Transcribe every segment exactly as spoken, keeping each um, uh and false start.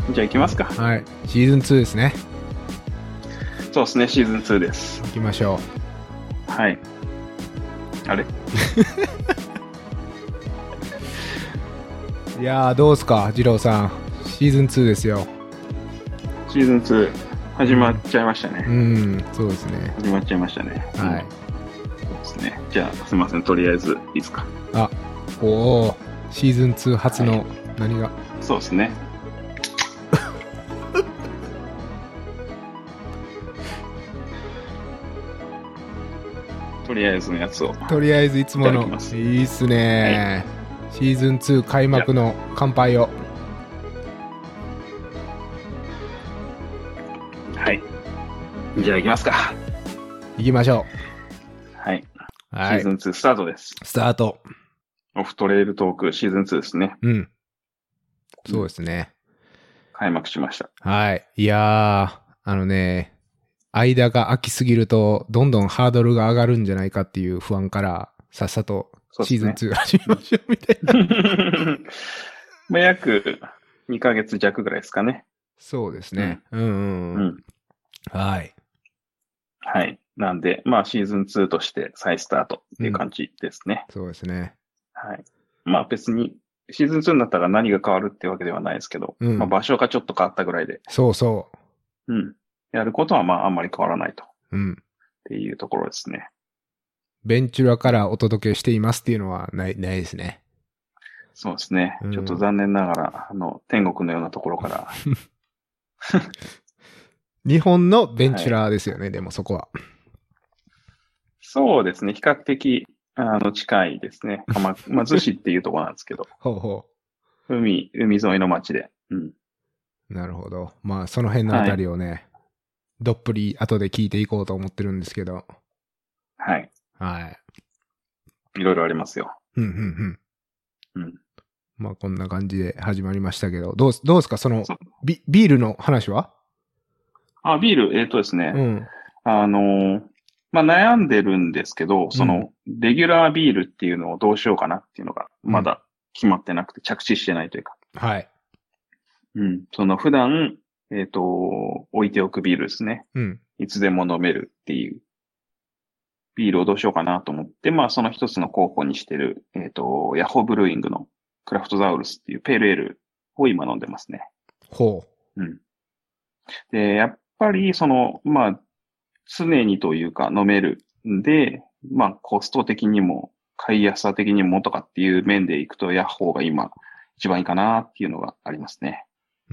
じゃあ行きますか。 はい。シーズンツーですね。 そうですね、シーズンツーです。 行きましょう。はい。あれいやー、どうすか、二郎さん。シーズンツーですよ。 シーズンツー、始まっちゃいましたね。 うん、そうですね。 始まっちゃいましたね。 はい。 そうですね。じゃあ、すみません、とりあえず、いいですか。 あ、おー、シーズンツー初の何が、はい、 そうですね。とりあえずのやつを。 とりあえずいつもの。いいっすね、はい、シーズンツー開幕の乾杯を。 はい。じゃあ行きますか。 行きましょう。はい。 はい、 シーズンツースタートです。 スタート。 オフトレイルトークシーズンツーですね。 うん。そうですね。 開幕しました。 はい。いやー、あのね、間が空きすぎると、どんどんハードルが上がるんじゃないかっていう不安から、さっさとシーズンツー始めましょうみたいな。 まあ約にかげつ弱ぐらいですかね。 そうですね。うん、うん、うん。うん。はい。 はい。なんで、まあシーズンツーとして再スタートっていう感じですね。 うん、そうですね。 はい。まあ別に、シーズンツーになったら何が変わるっていうわけではないですけど、うん、まあ場所がちょっと変わったぐらいで。 そうそう。 うん。やることはまああんまり変わらないと。 うん。 っていうところですね。 ベンチュラからお届けしていますっていうのはない、ないですね。 そうですね。うん、ちょっと残念ながら、あの、天国のようなところから。 日本のベンチュラですよね、はい、でもそこは。 そうですね。比較的、あの、近いですね。鎌、まあ、逗子っていうところなんですけど。 ほうほう。海、海沿いの町で。うん。 なるほど。まあ、その辺のあたりをね、はい、どっぷり後で聞いていこうと思ってるんですけど。 はい。 はい。 いろいろありますよ。 うん、うん、 うん。うん。 まあ、こんな感じで始まりましたけど、どう、どうですかそのビ、ビールの話は？ あ、ビール、えっ、ー、とですね。 うん。 あのー、まあ、悩んでるんですけど、その、レギュラービールっていうのをどうしようかなっていうのが、まだ決まってなくて、着地してないというか。 はい。 うん。その、普段、えっ、ー、と、置いておくビールですね。 うん。 いつでも飲めるっていう、ビールをどうしようかなと思って、まあ、その一つの候補にしてる、えっ、ー、と、ヤホーブルーイングのクラフトザウルスっていうペールエールを今飲んでますね。 ほう。うん。で、やっぱり、その、まあ、常にというか飲めるんで、まあコスト的にも買いやすさ的にもとかっていう面でいくとヤッホーが今一番いいかなっていうのがありますね。 うん。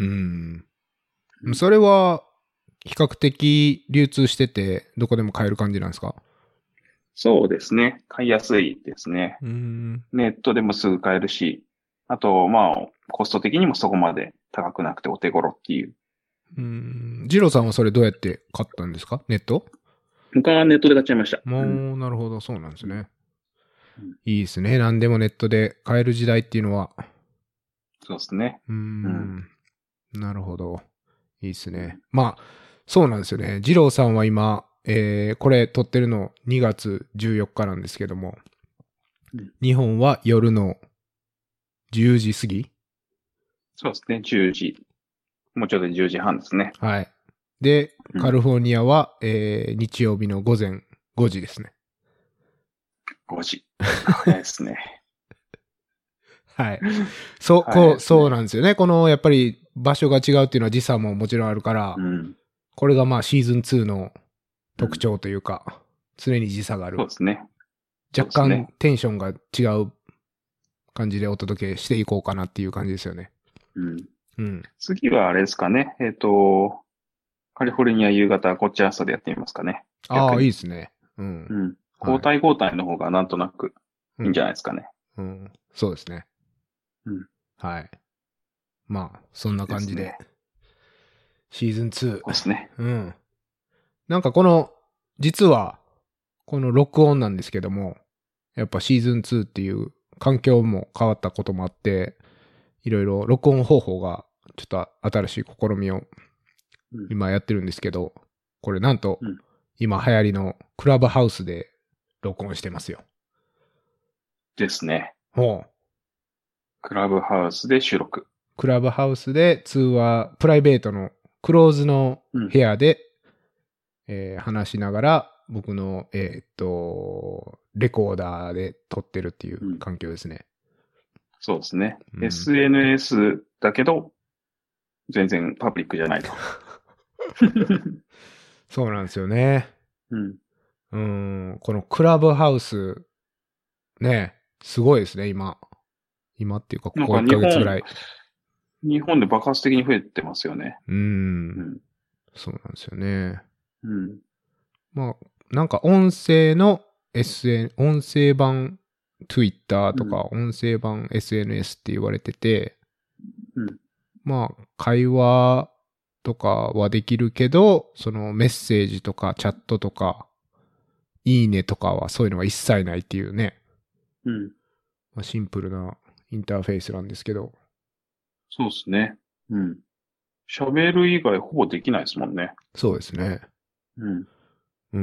それは比較的流通しててどこでも買える感じなんですか？ そうですね。買いやすいですね。 うん。 ネットでもすぐ買えるし、あとまあコスト的にもそこまで高くなくてお手頃っていう。 うん。ジローさんはそれどうやって買ったんですか？ネット？ 僕はネットで買っちゃいました。 もう、うん、なるほど、そうなんですね。うん、いいですね。何でもネットで買える時代っていうのは。 そうですね。 うーん。うん、なるほど。いいですね。まあ、そうなんですよね。ジローさんは今、えー、これ撮ってるのにがつじゅうよっかなんですけども、うん、日本は夜のじゅうじ過ぎ？ そうですね。じゅうじ。もうちょっとじゅうじはんですね。 はい。で、カリフォルニアは、うん、えー、日曜日の午前ごじですね。 ごじ。早いですね。 はい。そう、こう、そうなんですよね。この、やっぱり場所が違うっていうのは時差ももちろんあるから、うん、これがまあシーズンツーの特徴というか、うん、常に時差がある。 そうですね。 若干テンションが違う感じでお届けしていこうかなっていう感じですよね。 うん。うん、次はあれですかね。えっ、ー、と、カリフォルニア夕方、こっち朝でやってみますかね。 ああ、いいですね。うん。 うん。交代交代の方がなんとなくいいんじゃないですかね。 うん。うん、そうですね。 うん。 はい。まあ、そんな感じで。でね、シーズンツー。 そうですね。 うん。なんかこの、実は、この録音なんですけども、やっぱシーズンツーっていう環境も変わったこともあって、いろいろ録音方法がちょっと新しい試みを今やってるんですけど、これなんと今流行りのクラブハウスで録音してますよ。 ですね。 ほう。 クラブハウスで収録。 クラブハウスで通話、プライベートのクローズの部屋で、うんえー、話しながら、僕の、えー、っと、レコーダーで撮ってるっていう環境ですね。 うん、そうですね、 うん。 エスエヌエス だけど、全然パブリックじゃないと。 そうなんですよね。 うん。 うん、このクラブハウス、ね、すごいですね、今。今っていうか、ここいっかげつぐらい。 日本で爆発的に増えてますよね。 うん。うん、そうなんですよね。 うん。 まあ、なんか音声の エスエヌ、音声版 Twitter とか、音声版 エスエヌエス って言われてて、 うん、 まあ、会話とかはできるけど、そのメッセージとかチャットとか、いいねとかはそういうのが一切ないっていうね。 うん。 まあ、シンプルなインターフェースなんですけど。 そうですね。うん。喋る以外ほぼできないですもんね。 そうですね。 うん。 うん。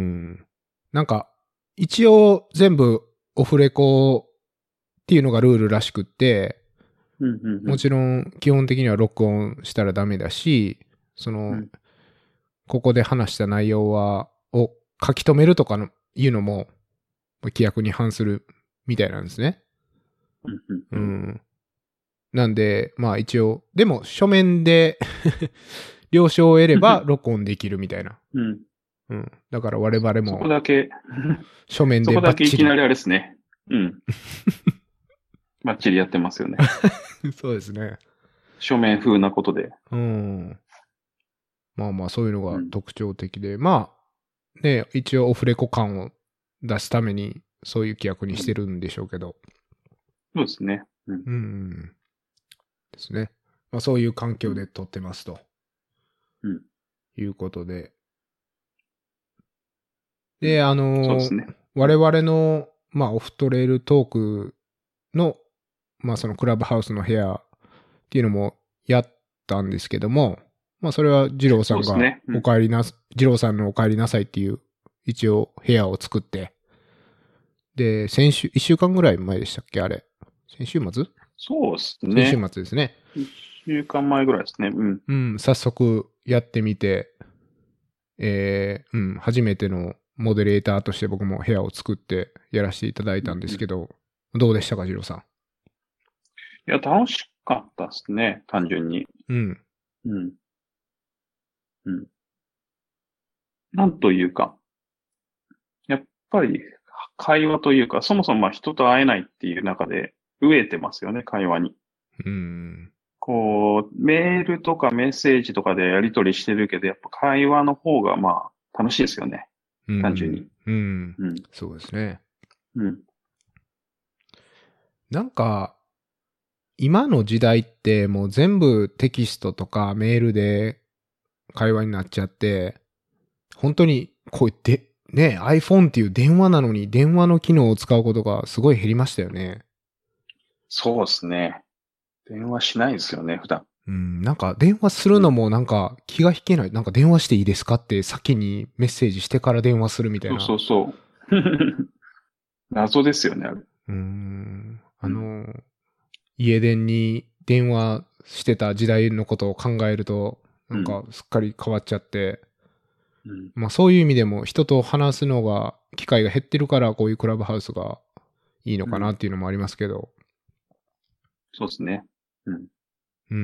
なんか、一応全部オフレコっていうのがルールらしくって、 うんうんうん、 もちろん基本的には録音したらダメだし、その、うん、ここで話した内容は、を書き留めるとかのいうのも規約に反するみたいなんですね。 うんうんうん、 うん。なんで、まあ一応、でも書面で了承を得れば録音できるみたいな。 うん。 うん。だから我々も、 そこだけ、 書面でバッチリ。そこだけいきなりあれですね。うん。バッチリやってますよね。 そうですね。 書面風なことで。 うん。まあまあそういうのが特徴的で、うん、まあ、ね、一応オフレコ感を出すためにそういう規約にしてるんでしょうけど。 うん、そうですね。 うん。うん、ですね。まあそういう環境で撮ってますと。 うん。 いうことで。で、あのー、 そうですね。 我々の、まあオフトレールトークの、まあそのクラブハウスの部屋っていうのもやったんですけども、まあそれは二郎さんがお帰りな、ねうん、二郎さんのお帰りなさいっていう一応部屋を作って、で、先週、一週間ぐらい前でしたっけあれ。先週末そうですね。 先週末ですね。 一週間前ぐらいですね。うん。 うん、早速やってみて、えー、うん、初めてのモデレーターとして僕も部屋を作ってやらせていただいたんですけど、うん、どうでしたか、二郎さん。 いや、楽しかったですね、単純に。 うん。 うん。うん。なんというか、やっぱり会話というか、そもそも人と会えないっていう中で飢えてますよね、会話に。 うん。 こう、メールとかメッセージとかでやり取りしてるけど、やっぱ会話の方がまあ楽しいですよね。単純に。 うん。うん。そうですね。 うん。 なんか、今の時代ってもう全部テキストとかメールで会話になっちゃって、本当にこう言って、ね、iPhone っていう電話なのに電話の機能を使うことがすごい減りましたよね。 そうですね。電話しないですよね、普段。 うん、なんか電話するのもなんか気が引けない。なんか電話していいですかって先にメッセージしてから電話するみたいな。 そうそうそう。謎ですよね、あれ。 うーん。あの、うん、家電に電話してた時代のことを考えると、なんかすっかり変わっちゃって、うん、まあそういう意味でも人と話すのが、機会が減ってるからこういうクラブハウスがいいのかなっていうのもありますけど。うん、 そうですね。うん。 うん。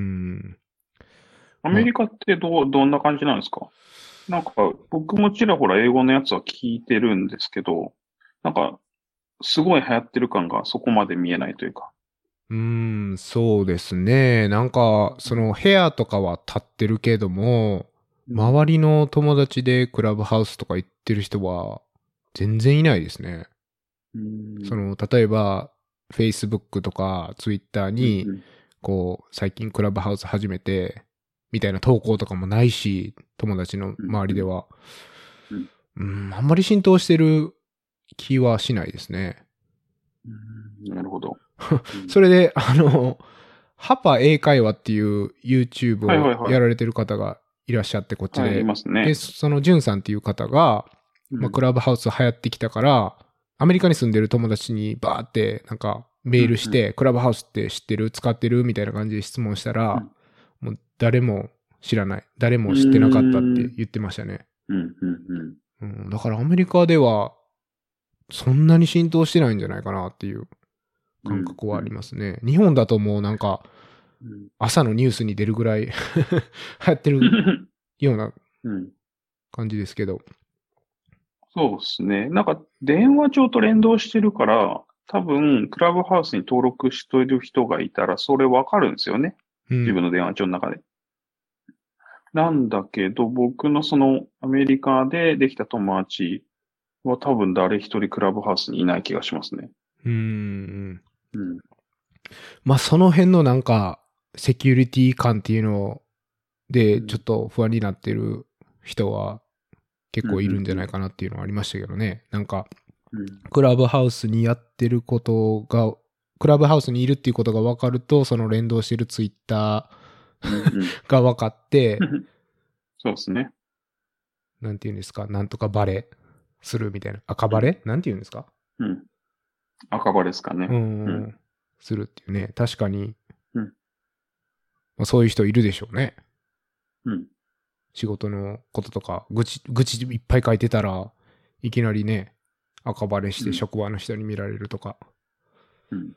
アメリカってどう、どんな感じなんですか？なんか、僕もちらほら英語のやつは聞いてるんですけど、なんか、すごい流行ってる感がそこまで見えないというか。 うーん、そうですね。なんか、その部屋とかは立ってるけども、うん、周りの友達でクラブハウスとか行ってる人は全然いないですね。うん、その、例えば、Facebook とか Twitter に、こう、最近クラブハウス始めて、みたいな投稿とかもないし、友達の周りでは。うん、うん、あんまり浸透してる気はしないですね。 うん、なるほど。 それで、あの、ハパ英会話っていう YouTube をやられてる方がいらっしゃって、こっちで。はいいますね。で、そのジュンさんっていう方が、まあ、クラブハウス流行ってきたから、アメリカに住んでる友達にバーって、なんか、 メールして、クラブハウスって知ってる使ってるみたいな感じで質問したら、もう誰も知らない。誰も知ってなかったって言ってましたね。 うんうんうんうん、だからアメリカでは、そんなに浸透してないんじゃないかなっていう感覚はありますね。日本だともうなんか、朝のニュースに出るぐらい流行ってるような感じですけど。 そうですね。なんか電話帳と連動してるから、多分クラブハウスに登録している人がいたらそれわかるんですよね。 うん、 自分の電話帳の中で。なんだけど、僕のそのアメリカでできた友達は多分誰一人クラブハウスにいない気がしますね。 うーん。 うん。 まあその辺のなんかセキュリティ感っていうのでちょっと不安になってる人は結構いるんじゃないかなっていうのはありましたけどね。なんかクラブハウスにやってることが、クラブハウスにいるっていうことが分かると、その連動してるツイッターが分かって、 そうですね。 なんていうんですか、なんとかバレするみたいな。赤バレ、うん、なんていうんですか？ うん。赤バレですかね。 うん。うん、するっていうね。確かに、 うんまあ、そういう人いるでしょうね。 うん。 仕事のこととか、愚痴、愚痴いっぱい書いてたら、いきなりね、赤バレして職場の人に見られるとか。 うん。うん、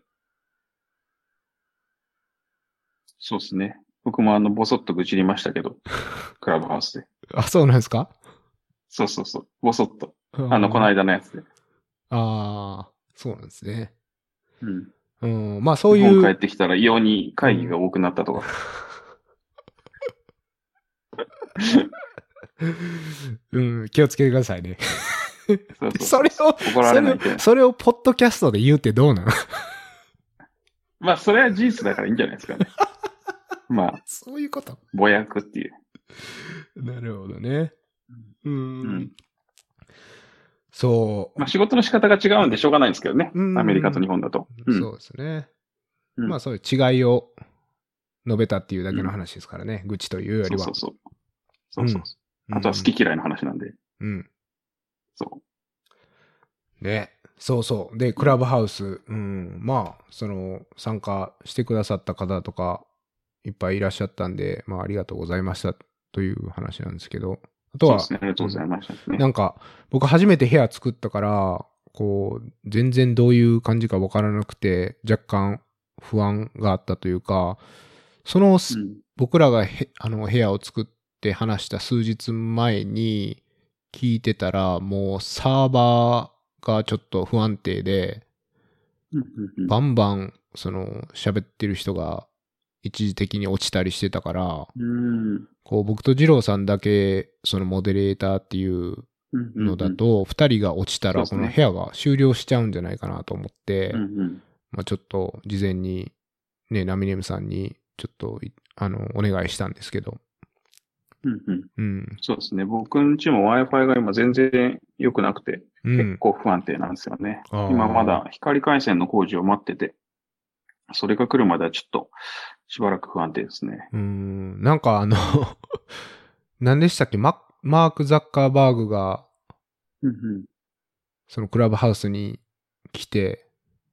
そうですね。僕もあの、ぼそっと愚痴りましたけど、クラブハウスで。 あ、そうなんですか？ そうそうそう。ぼそっと。あの、この間のやつで。 ああ、そうなんですね。 うん。 うん、まあそういう。 日本帰ってきたら異様に会議が多くなったとか。 うん、気をつけてくださいね。 そうそうそれを、怒られないそれを、それをポッドキャストで言うってどうなの？ まあ、それは事実だからいいんじゃないですかね。まあ。 そういうこと。 ぼやくっていう。 なるほどね。うん。うん、そう。 まあ仕事の仕方が違うんでしょうがないんですけどね。アメリカと日本だと。 うん、そうですね。うん、まあそういう違いを述べたっていうだけの話ですからね。うん、愚痴というよりは。 そうそうそう。そうそうそう、うん。あとは好き嫌いの話なんで。 うん。 そう。 ね。そうそう。で、クラブハウス。うん。まあ、その、参加してくださった方とか、いっぱいいらっしゃったんで、まあ、ありがとうございましたという話なんですけど。あとは、 そうですね。ありがとうございました、ね、 うん。なんか、僕初めて部屋作ったから、こう、全然どういう感じかわからなくて、若干不安があったというか、その、うん、僕らがあの部屋を作って話した数日前に聞いてたら、もうサーバーがちょっと不安定で、バンバンその喋ってる人が一時的に落ちたりしてたから、 うん、 こう僕と二郎さんだけそのモデレーターっていうのだと、二人が落ちたらこの部屋が終了しちゃうんじゃないかなと思って、まあちょっと事前にね、ナミネムさんにちょっとあのお願いしたんですけど。 うんうんうん、そうですね。僕んちも Wi-Fi が今全然良くなくて、うん、結構不安定なんですよね。今まだ光回線の工事を待ってて、それが来るまではちょっとしばらく不安定ですね。 うん、なんかあの何でしたっけ、ママーク・ザッカーバーグが、 うんうん、 そのクラブハウスに来て、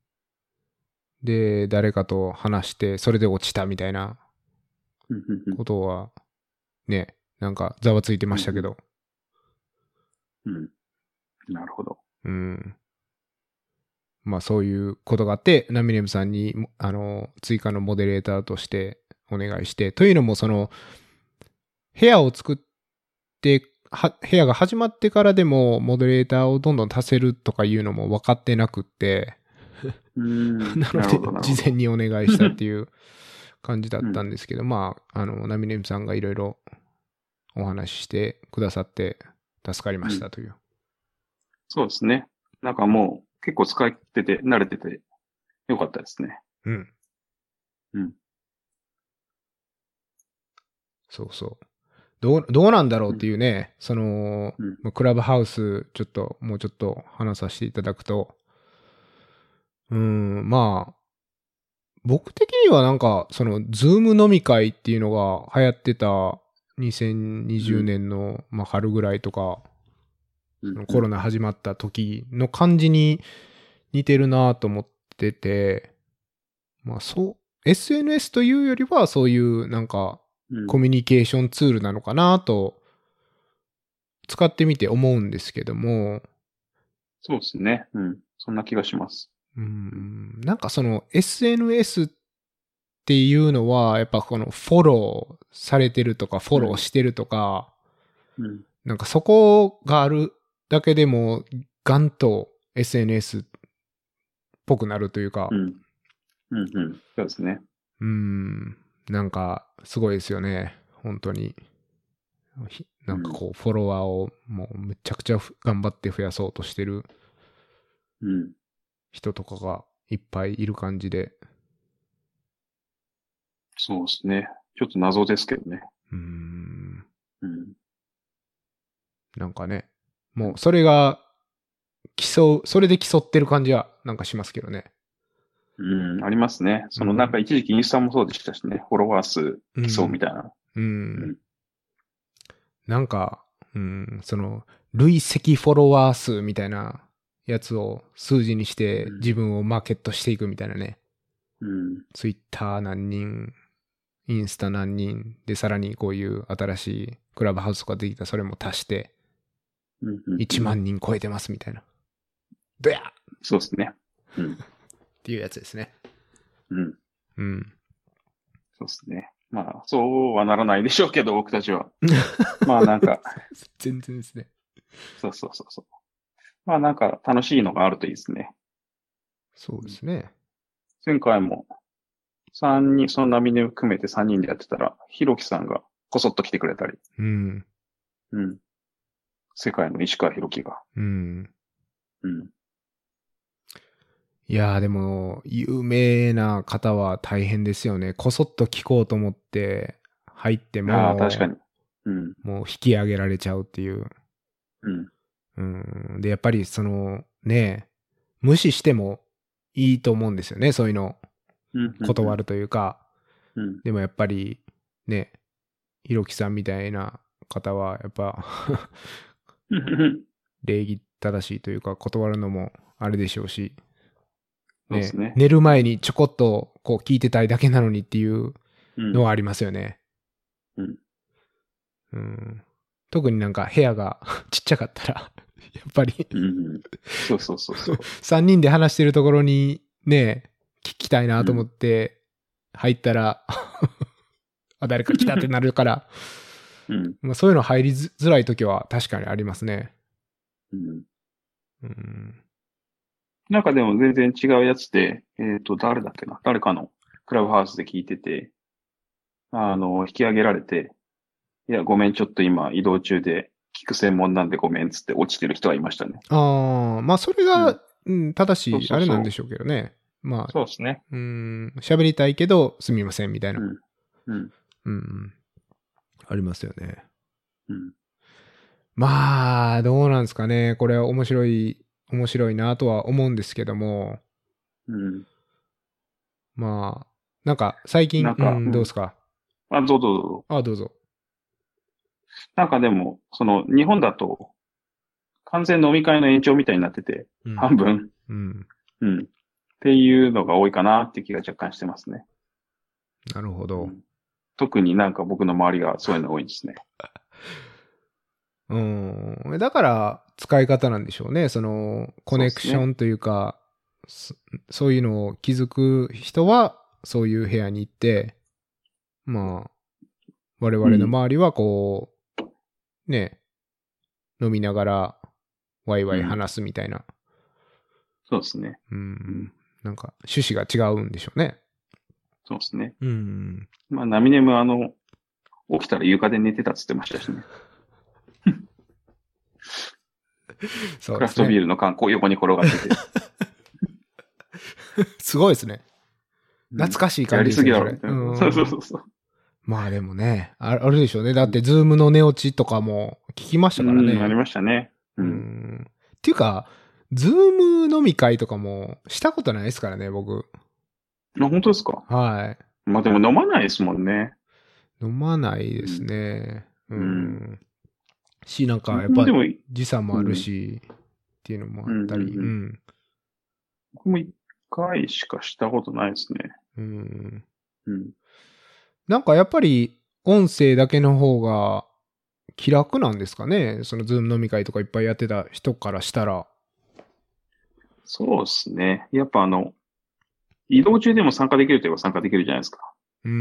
で、誰かと話して、それで落ちたみたいなことは、ね、なんかざわついてましたけど。 うん、うん。なるほど。 うん。まあそういうことがあって、ナミネムさんに、あの、追加のモデレーターとしてお願いして、というのもその、部屋を作って、は部屋が始まってからでもモデレーターをどんどん足せるとかいうのも分かってなくってうんなので事前にお願いしたっていう感じだったんですけど、うん、まああのナミネムさんがいろいろお話ししてくださって助かりましたという、うん、 そうですね。なんかもう結構使ってて慣れててよかったですね。 うんうんそうそうどう、どうなんだろうっていうね、うん、その、うん、クラブハウス、ちょっと、もうちょっと話させていただくと、うーん、まあ、僕的にはなんか、その、ズーム飲み会っていうのが流行ってたにせんにじゅうねんの、うん、まあ、春ぐらいとか、うん、そのコロナ始まった時の感じに似てるなと思ってて、 まあそう、エスエヌエス というよりはそういうなんかうん。 コミュニケーションツールなのかなと使ってみて思うんですけども、 そうですね。うん。そんな気がします。 うーん、なんかその エスエヌエス っていうのはやっぱこのフォローされてるとかフォローしてるとか、 うん。 なんかそこがあるだけでもガンと エスエヌエス っぽくなるというか、 うん。うん。うん。そうですね。 うーん、なんかすごいですよね、本当に。ひなんかこうフォロワーをもうむちゃくちゃふ頑張って増やそうとしてるうん。 人とかがいっぱいいる感じで、 そうですね。ちょっと謎ですけどね。 うーん、 うん。 なんかね、もうそれが競う、それで競ってる感じはなんかしますけどね。 うん。ありますね。そのなんうん。 か一時期インスタもそうでしたしね。フォロワー数競うみたいな。 う。 うんん。 なんか、うん、その、累積フォロワー数みたいなやつを数字にして自分をマーケットしていくみたいなね。 うん。 ツイッター何人、インスタ何人、で、さらにこういう新しいクラブハウスができたそれも足して、 うん。うん。 いちまん人超えてますみたいな。ドヤーっそうですね。うん。 ていうやつですね。 うん。 うん。 そうですね。まあ、そうはならないでしょうけど、僕たちは。まあなんか、 全然ですね。 そうそうそうそう。まあなんか楽しいのがあるといいですね。 そうですね。 前回もさんにん、その波に含めてさんにんでやってたら、ひろきさんがこそっと来てくれたり、 うん。 うん。世界の石川ひろきが、 うん。 うん。 いやーでも、有名な方は大変ですよね。こそっと聞こうと思って入ってああ、確かも、 に。うん。 もう引き上げられちゃうっていう。 うん。 うん。で、やっぱりその、ね、無視してもいいと思うんですよね。そういうのうん。 断るというか。 うん。 でもやっぱり、ね、ひろきさんみたいな方は、やっぱうん。 礼儀正しいというか、断るのもあれでしょうし。ね、 そうですね。 寝る前にちょこっとこう聞いてたいだけなのにっていううん。 のはありますよね。 うん。 うん、特になんか部屋がちっちゃかったら、やっぱりうん。そうそうそうそう。 さんにんで話してるところにね、聞きたいなと思って入ったらあ、誰か来たってなるから、 うん。 まあ、そういうの入りづらい時は確かにありますね。 うん。 うん、 なんかでも全然違うやつで、えっと、誰だっけな誰かのクラブハウスで聞いてて、あの、引き上げられて、いや、ごめん、ちょっと今移動中で聞く専門なんでごめんっつって落ちてる人がいましたね。 ああ、まあそれが、 うん。 うん、正しい、 そうそうそう。 あれなんでしょうけどね。まあ、 そうですね。 うん、喋りたいけどすみませんみたいな。 うん。うん。 うん、ありますよね。 うん。 まあ、どうなんですかね。これは面白い、面白いなとは思うんですけども、 うん。 まあ、なんか最近、 なんか、 うん、 うん。 どうですか？ あ、どうぞどうぞ。 あ、どうぞ。 なんかでも、その、日本だと、完全飲み会の延長みたいになってて、 うん、 半分、 うん、 うん。っていうのが多いかなって気が若干してますね。 なるほど。 うん。特になんか僕の周りがそういうの多いですね。 うん、だから使い方なんでしょうね。その、コそうですね。 ネクションというか、そそういうのを気づく人は、そういう部屋に行って、まあ、我々のうん。 周りはこう、ね、飲みながらワイワイうん。 話すみたいな。 そうですね。 ううん。 ん。なんか趣旨が違うんでしょうね。 そうですね。 うん。 まあ、ナミネムあの、起きたら床で寝てたっつってましたしね。クラフトビそうですね。 ールの缶、こう横に転がってて。 すごいですね。 うん。 懐かしいやりすぎ感じですね、それ。うだろみたいな。そうそうん。 そうそう。 まあでもね、ああるでしょうね。だって、ズームの寝落ちとかも聞きましたからうん、うんありね。 ましたね。ううん。 ん。っていうか、ズーム飲み会とかもしたことないですからね、僕。 あ、本当ですか？ はまあでも飲まないですもんね。 い。飲まないですうん。 ね。ううん。 ん。し、なんか、やっぱ、 僕もでも、 時差もあるうん。 し、っていうのもあうん、うん、 ったり、 うん。 うん。 僕も一回しかしたことないですね。 うん。 うん。 なんかやっぱり音声だけの方が気楽なんですかね。そのズーム飲み会とかいっぱいやってた人からしたら。 そうですね。やっぱあの、移動中でも参加できるといえば参加できるじゃないですか。 うん。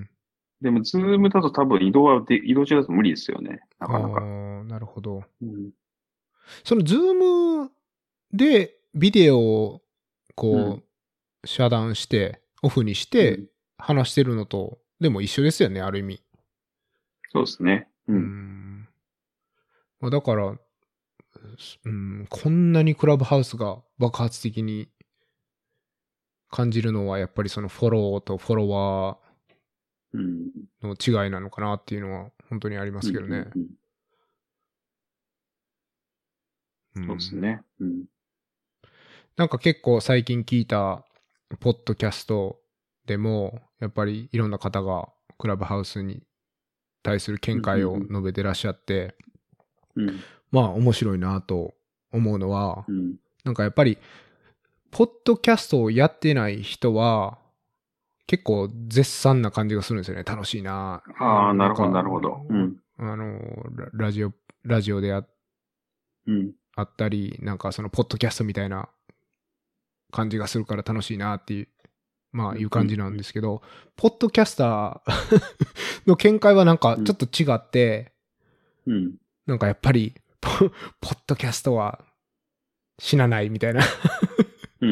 でも、ズームだと多分移動はで、移動中だと無理ですよね。なあかなか。 あ、なるほど。 うん。 そのズームでビデオをこうん。 う遮断してオフにしうん。 て話してるのとでも一緒ですよね、ある意味。 そうですね。ううん。 ん。まあだから、うん、こんなにクラブハウスが爆発的に感じるのはやっぱりそのフォローとフォロワうん。 ーの違いなのかなっていうのは本当にありまうん。 すけどね。 うん。 うん。 そうですね。うん。 なんか結構最近聞いたポッドキャストでもやっぱりいろんな方がクラブハウスに対する見うん。 解をうん。 述べてらっしゃって、 うん。 まあ面白いなと思うのは、 うん。 なんかやっぱり、ポッドキャストをやってない人は、結構絶賛な感じがするんですよね。楽しいな。うああ、 ん、 なるほど、 なんか、 なるほど。うん。 あの、ララジオ、ラジオであうん。 あったり、なんかその、ポッドキャストみたいな感じがするから楽しいなっていう、まあうん。 いう感じなんうん。 ですけど、ポッドキャスターの見解はなんかうん。 ちょっと違って、 うん。 なんかやっぱり、ポポッドキャストは死なないみたいなうん。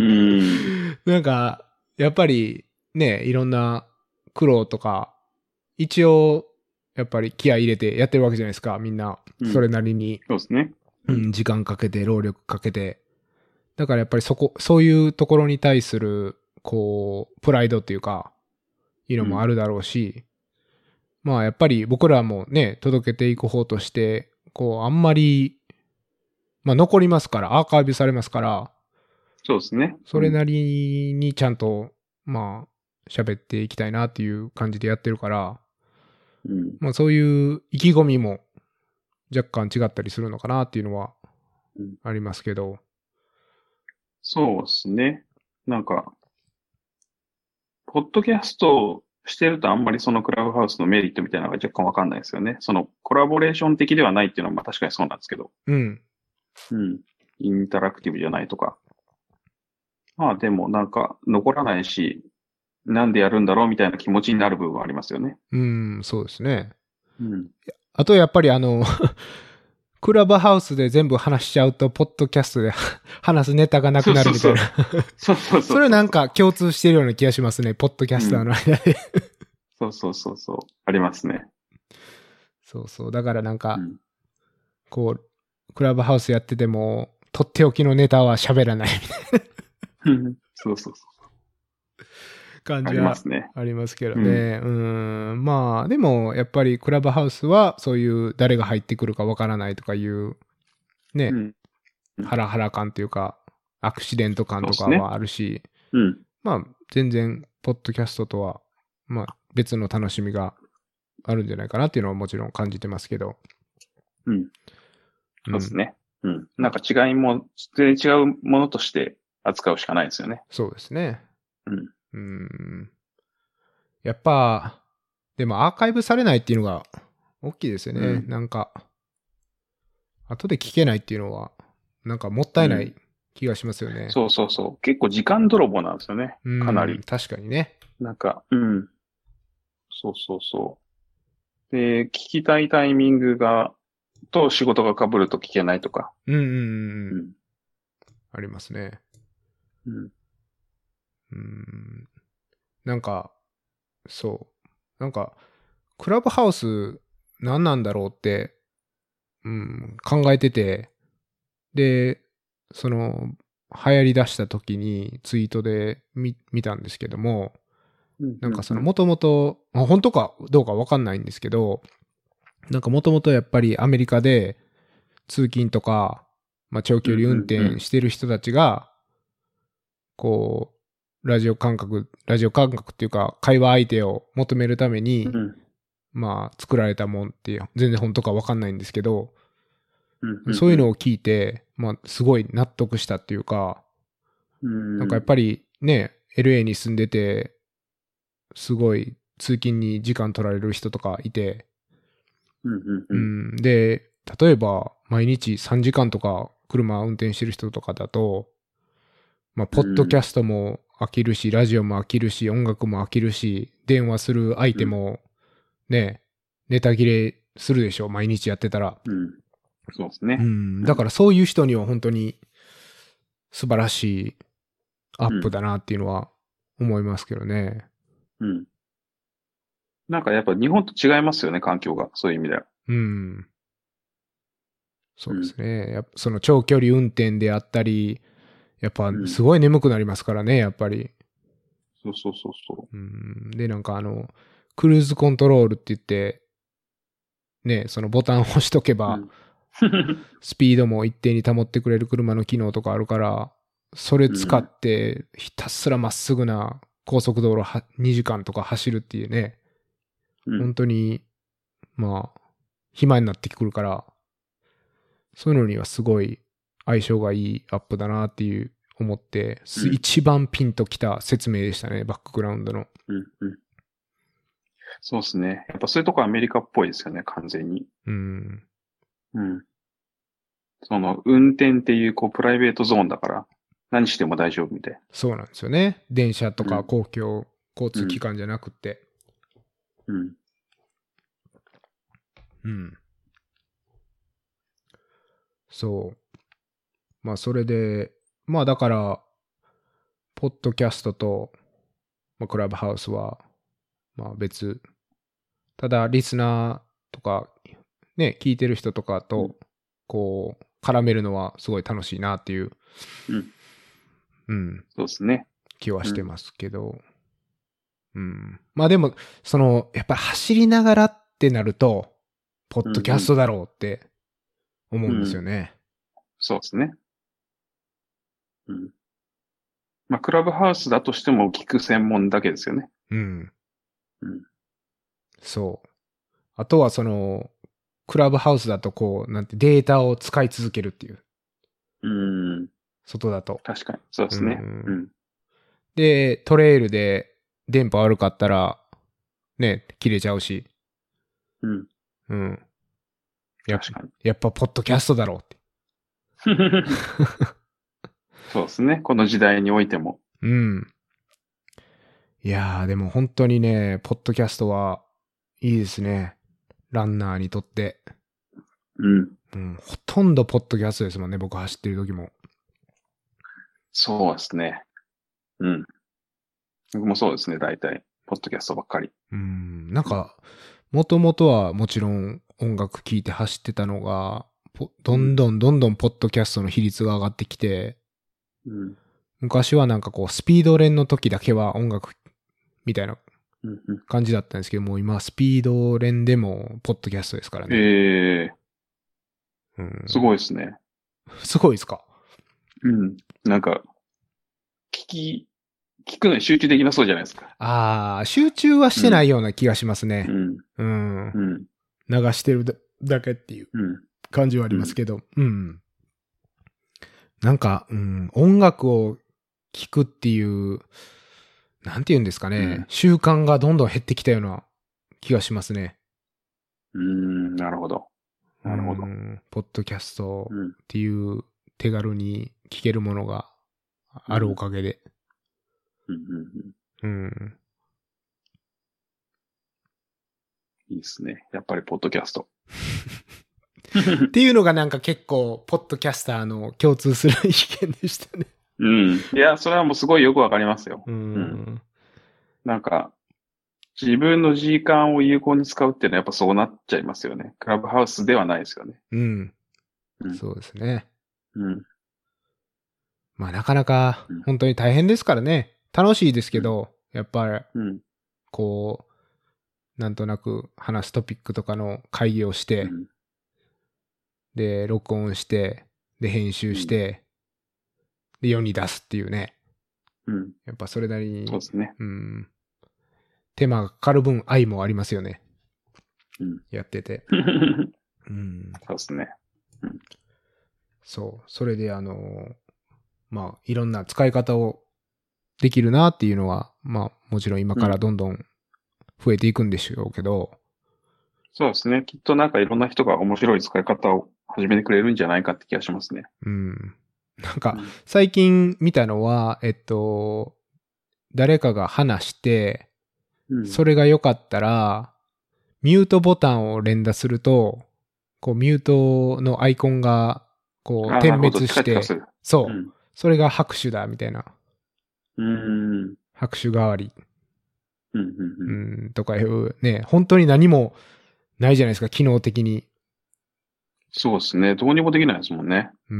なんか、やっぱりね、いろんな苦労とか、一応、やっぱり気合い入れてやってるわけじゃないですか、みんな。 うん。 それなりに、 そうですね。うん。 うん、時間かけて、労力かけて。だからやっぱりそこ、そういうところに対する、こう、プライドっていうか、いうのうん。 もあるだろうし、まあやっぱり僕らもね、届けていく方として、こう、あんまり、まあ残りますから、アーカイブされますから、 そうですね。うん。 それなりにちゃんと、まあ、喋っていきたいなっていう感じでやってるから、 うん。 まあそういう意気込みも若干違ったりするのかなっていうのはうん。 ありますけど。 そうですね。なんか、ポッドキャストをしてるとあんまりそのクラブハウスのメリットみたいなのが若干わかんないですよね。そのコラボレーション的ではないっていうのはまあ確かにそうなんですけど。 うん。 うん。インタラクティブじゃないとか。まあでもなんか残らないし、なんでやるんだろうみたいな気持ちになる部分はありますよね。 うん、そうですね。 うん。 あとやっぱりあの、クラブハウスで全部話しちゃうと、ポッドキャストで話すネタがなくそうそうそう。 なるみたいな。 そうそうそそれなんうそうそか共通してるような気がしますね。ポッドキャう。 スターうん。 の間で。 そうそうそうそう。ありますね。 そうそう。だからなんか、 うん。 こう、クラブハウスやってても、とっておきのネタは喋らないみたいなそうそうそう。ありま感じはすね。 ありますけどうん。 ね。うん。まあ、でも、やっぱりクラブハウスは、そういう誰が入ってくるかわからないとかいう、ね、 うん。 ハラハラ感というか、アクシデント感そうですね。 とかはあるし、 うん。 まあ、全然、ポッドキャストとは、まあ、別の楽しみがあるんじゃないかなっていうのはもちろん感じてますけど。 うん。 うん。 そうですね。うん。なんか違いも、全然違うものとして扱うしかないですよね。 そうですね。 うん。 うん。やっぱ、でもアーカイブされないっていうのが大きいですよね。 うん。 なんか、後で聞けないっていうのは、なんかもったいないうん。 気がしますよね。 そうそうそう。結構時間泥棒なんですよね。 うん、 かなり。 確かにね。 なんか、うん。そうそうそう。で、聞きたいタイミングが、と仕事が被ると聞けないとか。 うんうんうんうん。 うん。 ありますね。 うん。 うん。なんか、そう。なんか、クラブハウス何なんだろうって、うん、考えてて、で、その、流行り出した時にツイートで見見たんですけども、 うん。 なんかそのうん。 もともと、本当かどうかわかんないんですけど、なんかもともとやっぱりアメリカで通勤とか、まあ長うん。 距離運うん。うん。 転してる人たちが、こう、ラジオ感覚、ラジオ感覚っていうか、会話相手を求めるために、 うん。 まあ作られたもんっていう、全然本当かわかんないんですけど、 うん。うん。 そういうのを聞いて、まあすごい納得したっていうか、 うん。 なんかやっぱりね、エルエー に住んでて、 すごい通勤に時間取られる人とかいて、 うんうんううん。 ん、で、例えば毎日さんじかんとか車運転してる人とかだと、まあ、ポッドキャストも飽きるし、ラジオも飽きるし、音楽も飽きるし、電話する相手もね、ネタ切れするでしょ、毎日やってたら。 うん。そうですね。 うん、だからそういう人には本当に素晴らしいアップだなっていうのは思いますけどね。 うん。なんかやっぱ日本と違いますよね、環境が。そういう意味では。 うん。そうですね。やっぱその長距離運転であったり、やっぱうん。 すごい眠くなりますからね、やっぱり。 そうそうそうそうん。で、なんかあの、クルーズコントロールって言って、ね、そのボタンを押しとけう。うば、 ん。 スピードも一定に保ってくれる車の機能とかあるから、それ使うん。 ってひたすらまっすぐな高速道路はにじかんとか走るっていうね、本うん。 当に、まあ、暇になってくるから、そういうのにはすごい相性がいいアップだなっていう思って、 うん。 一番ピンときた説明でしたね、バックグラウンドの。 うん。うん。そうですね。やっぱそういうとこアメリカっぽいですよね、完全に。 うん。 うん。その、運転っていう、こう、プライベートゾーンだから、何しても大丈夫みたいな。 そうなんですよね。電車とかうん。 公共交うん。 通機関じゃなくて。 うん。 うん。そう。まあ、それで、まあ、だから、ポッドキャストと、まあ、クラブハウスは、まあ、別。ただ、リスナーとか、ね、聞いてる人とかうん。 と、こう、絡めるのはすごい楽しいなっていう、 うん。 うん、 そうですね。 気はうん。 してますけど。うん。まあでも、その、やっぱり走りながらってなると、ポッうん。 ドキャうん。 ストだろうって思うんですようん。 ね。 そうですね。うん。まあ、クラブハウスだとしても聞く専門だけですよね。 うん。 うん。 そう。あとはその、クラブハウスだとこう、なんてデータを使い続けるっていう。 うん。 外だと。 確かに。そうでうすね。うん。 ん。 で、トレイルで電波悪かったら、ね、切れちゃうし。 うん。 うん。や、 確かに。 やっぱポッドキャストだろうって。 そうですね。この時代においても。 うん。いやー、でも本当にね、ポッドキャストはいいですね。ランナーにとって。 うん。 うん。ほとんどポッドキャストですもんね、僕走ってる時も。 そうですね。うん。僕もそうですね。大体、ポッドキャストばっかり。 うん。なんか、もともとはもちろん音楽聴いて走ってたのが、ポどんどんどんどんポッドキャストの比率が上がってきて、 うん。 昔はなんかこう、スピード練の時だけは音楽みたいなうん。うん。 感じだったんですけども、今スピード練でもポッドキャストですからね。 ええうー、すごん。 いですね。 すごいですか？ うん。なんか、聞き、聞くのに集中できなそうじゃないですか。 ああ、集中はしうん。 てないような気がしますね。 うん。 うん。 うん。 流してるだだけっていううん。 感じはありうん。 ますけど。うん。なんか、うん、音楽を聴くっていう、なんて言うんですかね。 うん。 習慣がどんどん減ってきたような気がしますね。 うーん。なるほど。 うなるほど。 ん。ポッドキャストうん。 っていう手軽に聴けるものがあるおうん。 かげで。 うん。うん。 うん。 いいですね。やっぱり、ポッドキャスト。 っていうのがなんか結構、ポッドキャスターの共通する意見でしたね。 うん。いや、それはもうすごいよくわかりますよ。 ううん。 ん。 なんか、自分の時間を有効に使うっていうのはやっぱそうなっちゃいますよね。クラブハウスではないですよね。 うん。 うん。 そうですね。 うん。 まあなかなかうん。 本当に大変ですからね。楽しいですけうん。 ど、やっぱりうん。 こう、なんとなく話すトピックとかの会議をして、 うん。 で、録音して、で、編集うん。 して、で、世に出すっていうね。 うん。 やっぱそれなりに、 そうですね。 うん、手間がかかる分愛もありますよね。 うん。 やってて。うん。 そうですね。うん。 そう。それであの、まあ、いろんな使い方をできるなっていうのはまあもちろん今からどんどん増えていくんでしょうけど、 そうですね。きっとなんかいろんな人が面白い使い方を始めてくれるんじゃないかって気がしますね。 うん。なんかうん最近見たのは、えっと、誰かが話して、 うん、 それが良かったら、ミュートボタンを連打すると、こうミュートのアイコンが、こうああ、な点るほど。 滅してチカチカす、る。 そう。 うん。 それが拍手だ、みたいな。 うーん。 拍手代わり。 うん、うん、 ううん。 ん、とかいうね、本当に何もないじゃないですか、機能的に。 そうですね。どうにもできないですもんね。 うん、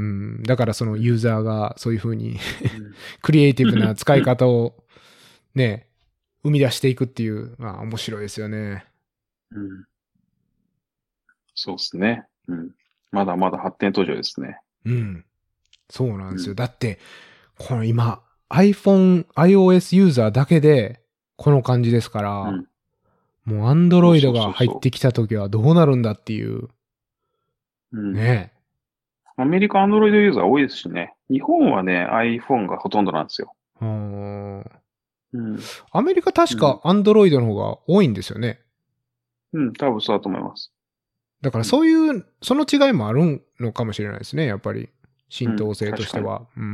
だからそのユーザーがそういう風にうん。 クリエイティブな使い方をね、生み出していくっていう、まあ面白いですよね。 うん。そうですね。うん。まだまだ発展途上ですね。 うん。そうなんですよ。 うん。 だって、この今、iPhone、iOS ユーザーだけでこの感じですから、 うん。 もうそう Android そうが入っそうそてきた時はどうなるんだっていう、 う。うん。 ね。 アメリカ、アンドロイドユーザー多いですしね。日本はね、iPhone がほとんどなんですよ。 うん。 うん。 アメリカ確か Android の方が多いんですよね。 うん、多分そうだと思います。 だからそういう、その違いもあるのかもしれないですね、やっぱり。浸透性うん、確かに。 としては。うん。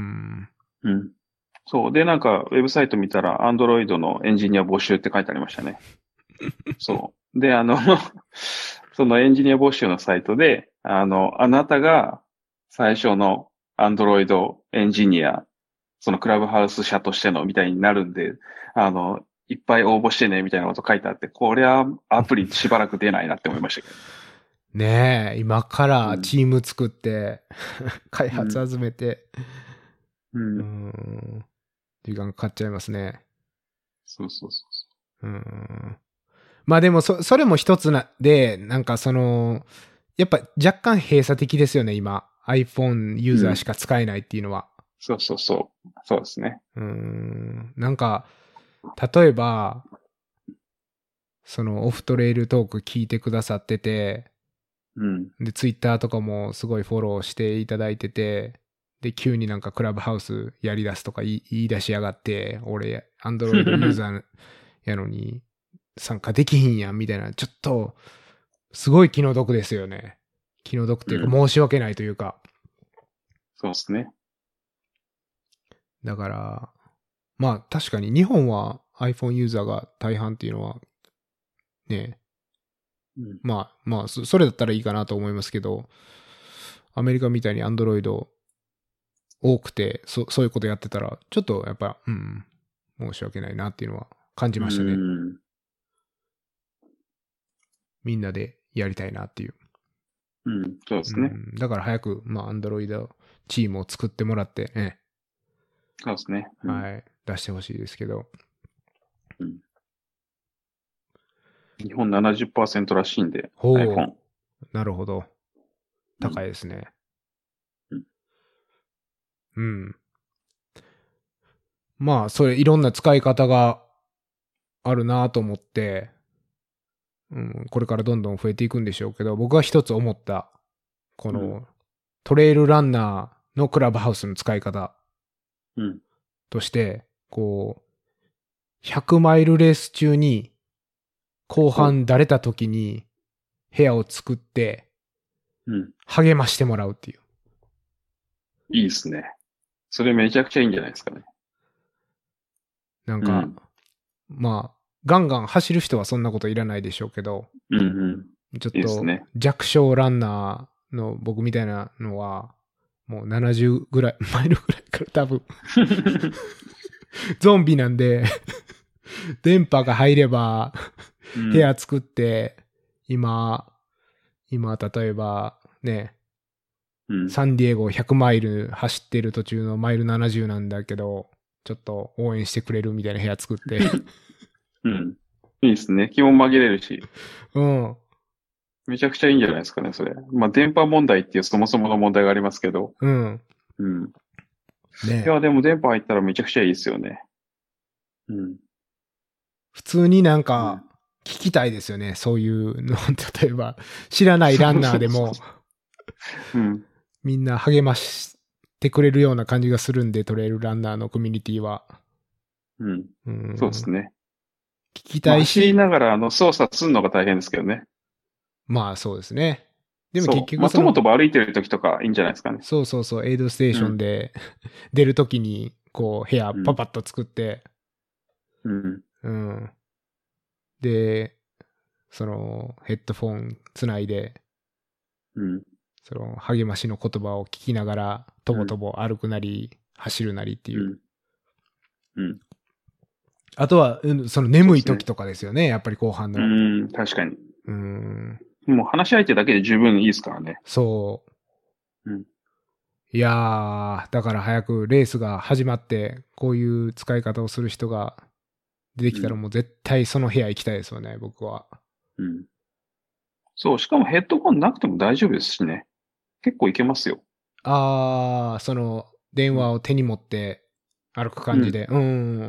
うん。そう。で、なんか、ウェブサイト見たら、アンドロイドのエンジニア募集って書いてありましたね。そう。で、あの、そのエンジニア募集のサイトで、あの、あなたが最初のアンドロイドエンジニア、そのクラブハウス社としてのみたいになるんで、あの、いっぱい応募してね、みたいなこと書いてあって、これはアプリしばらく出ないなって思いましたけど。 ねえ、今からうん。 チーム作って開うん。 発集めて、 ううん。 ん、時間かかっちゃいますね。 そうそうそうそうん。まあでもそ、それも一つな、で、なんかその、やっぱ若干閉鎖的ですよね、今。iPhone ユーう。 ザうん。 ーしか使えないっていうのは。 そうそうそう。そうですね。 うん。なんか、例えば、そのオフトレイルトーク聞いてくださってて、 うん。 で、ツイッターとかもすごいフォローしていただいてて、で、急になんかクラブハウスやり出すとか言い言い出しやがって、俺、アンドロイドユーザーやのに参加できひんやん、みたいな、ちょっと、すごい気の毒ですよね。気の毒っていうかうん。 申し訳ないというか。 そうですね。 だから、まあ確かに日本は iPhone ユーザーが大半っていうのはね、 うん。 まあまあそそれだったらいいかなと思いますけど、アメリカみたいに Android 多くて、そそういうことやってたら、ちょっとやっぱ、うん、申し訳ないなっていうのは感じうましたね。 ん。 みんなでやりたいなっていう。 うん。そうですね。 うん、だから早く、まあ Android チームを作ってもらってね、 そうですね。うん。 はい、出してほしいですけど。 うん。日本ななじゅっパーセントらしいんで、 ほ iPhone。 う、なるほど。 うん。 高いですね。 うん。 うん。まあ、それいろんな使い方があるなと思って、うん、これからどんどん増えていくんでしょうけど、僕は一つ思った、こうん。 のトレイルランナーのクラブハウスの使い方うん。 として、こう、ひゃくマイルレース中に後ほ半だれた時に部屋を作ってう。うん。 励ましてもらうっていう。 いいですね。それめちゃくちゃいいんじゃないですかね。 なんか、 うん。 まあ、ガンガン走る人はそんなこといらないでしょうけど、 うんうん。 ちょっといいですね。 弱小ランナーの僕みたいなのは、もうななじゅうぐらい、マイルぐらいから多分、ゾンビなんで、電波が入れば、 うん。 部屋作って、今、今、例えば、ね、 うん。 サンディエゴひゃくマイル走ってる途中のマイルななじゅうなんだけど、ちょっと応援してくれるみたいな部屋作って。 うん。いいですね。気も紛れるし。 うん。 めちゃくちゃいいんじゃないですかね、それ。まあ、電波問題っていうそもそもの問題がありますけど。 うん。 うん。いね。 や、でも電波入ったらめちゃくちゃいいですよね。うん。 普通になんかうん。 聞きたいですよね。そういうの。例えば、知らないランそうそうそナーでもう。うん。 みんな励ましてくれるような感じがするんで、トレイルランナーのコミュニティは。 うん。 うん。 そうですね。 聞きまあ、 たい走りし、 ながら、あの、操作するのが大変ですけどね。 まあそうですね。でも結そう。まあ、とも局その、 とも歩いてる時とかいいんじゃないですかね。 そうそうそう、エイドステーションうん。 で出るときに、こう、部屋うん。 パパッと作って、 うん。 うん。で、その、ヘッドフォンつないで、 うん。 その、励ましの言葉を聞きながら、とうん。 ぼとぼ歩くなり、走るなりっていう。 うん。うん。 あとは、うん、そのそうですね。 眠い時とかですよね、やっぱり後半うの。 ん。確かに。 うん。 もう話し相手だけで十分いいですからね。 そう。 うん。 いやー、だから早くレースが始まって、こういう使い方をする人が出てきたらうん。 もう絶対その部屋行きたいですよね、僕は。 うん。そう。しかもヘッドホンなくても大丈夫ですしね。結構いけますよ。 あー、その、電うん。 話を手に持って歩くうん。 感じで。うん、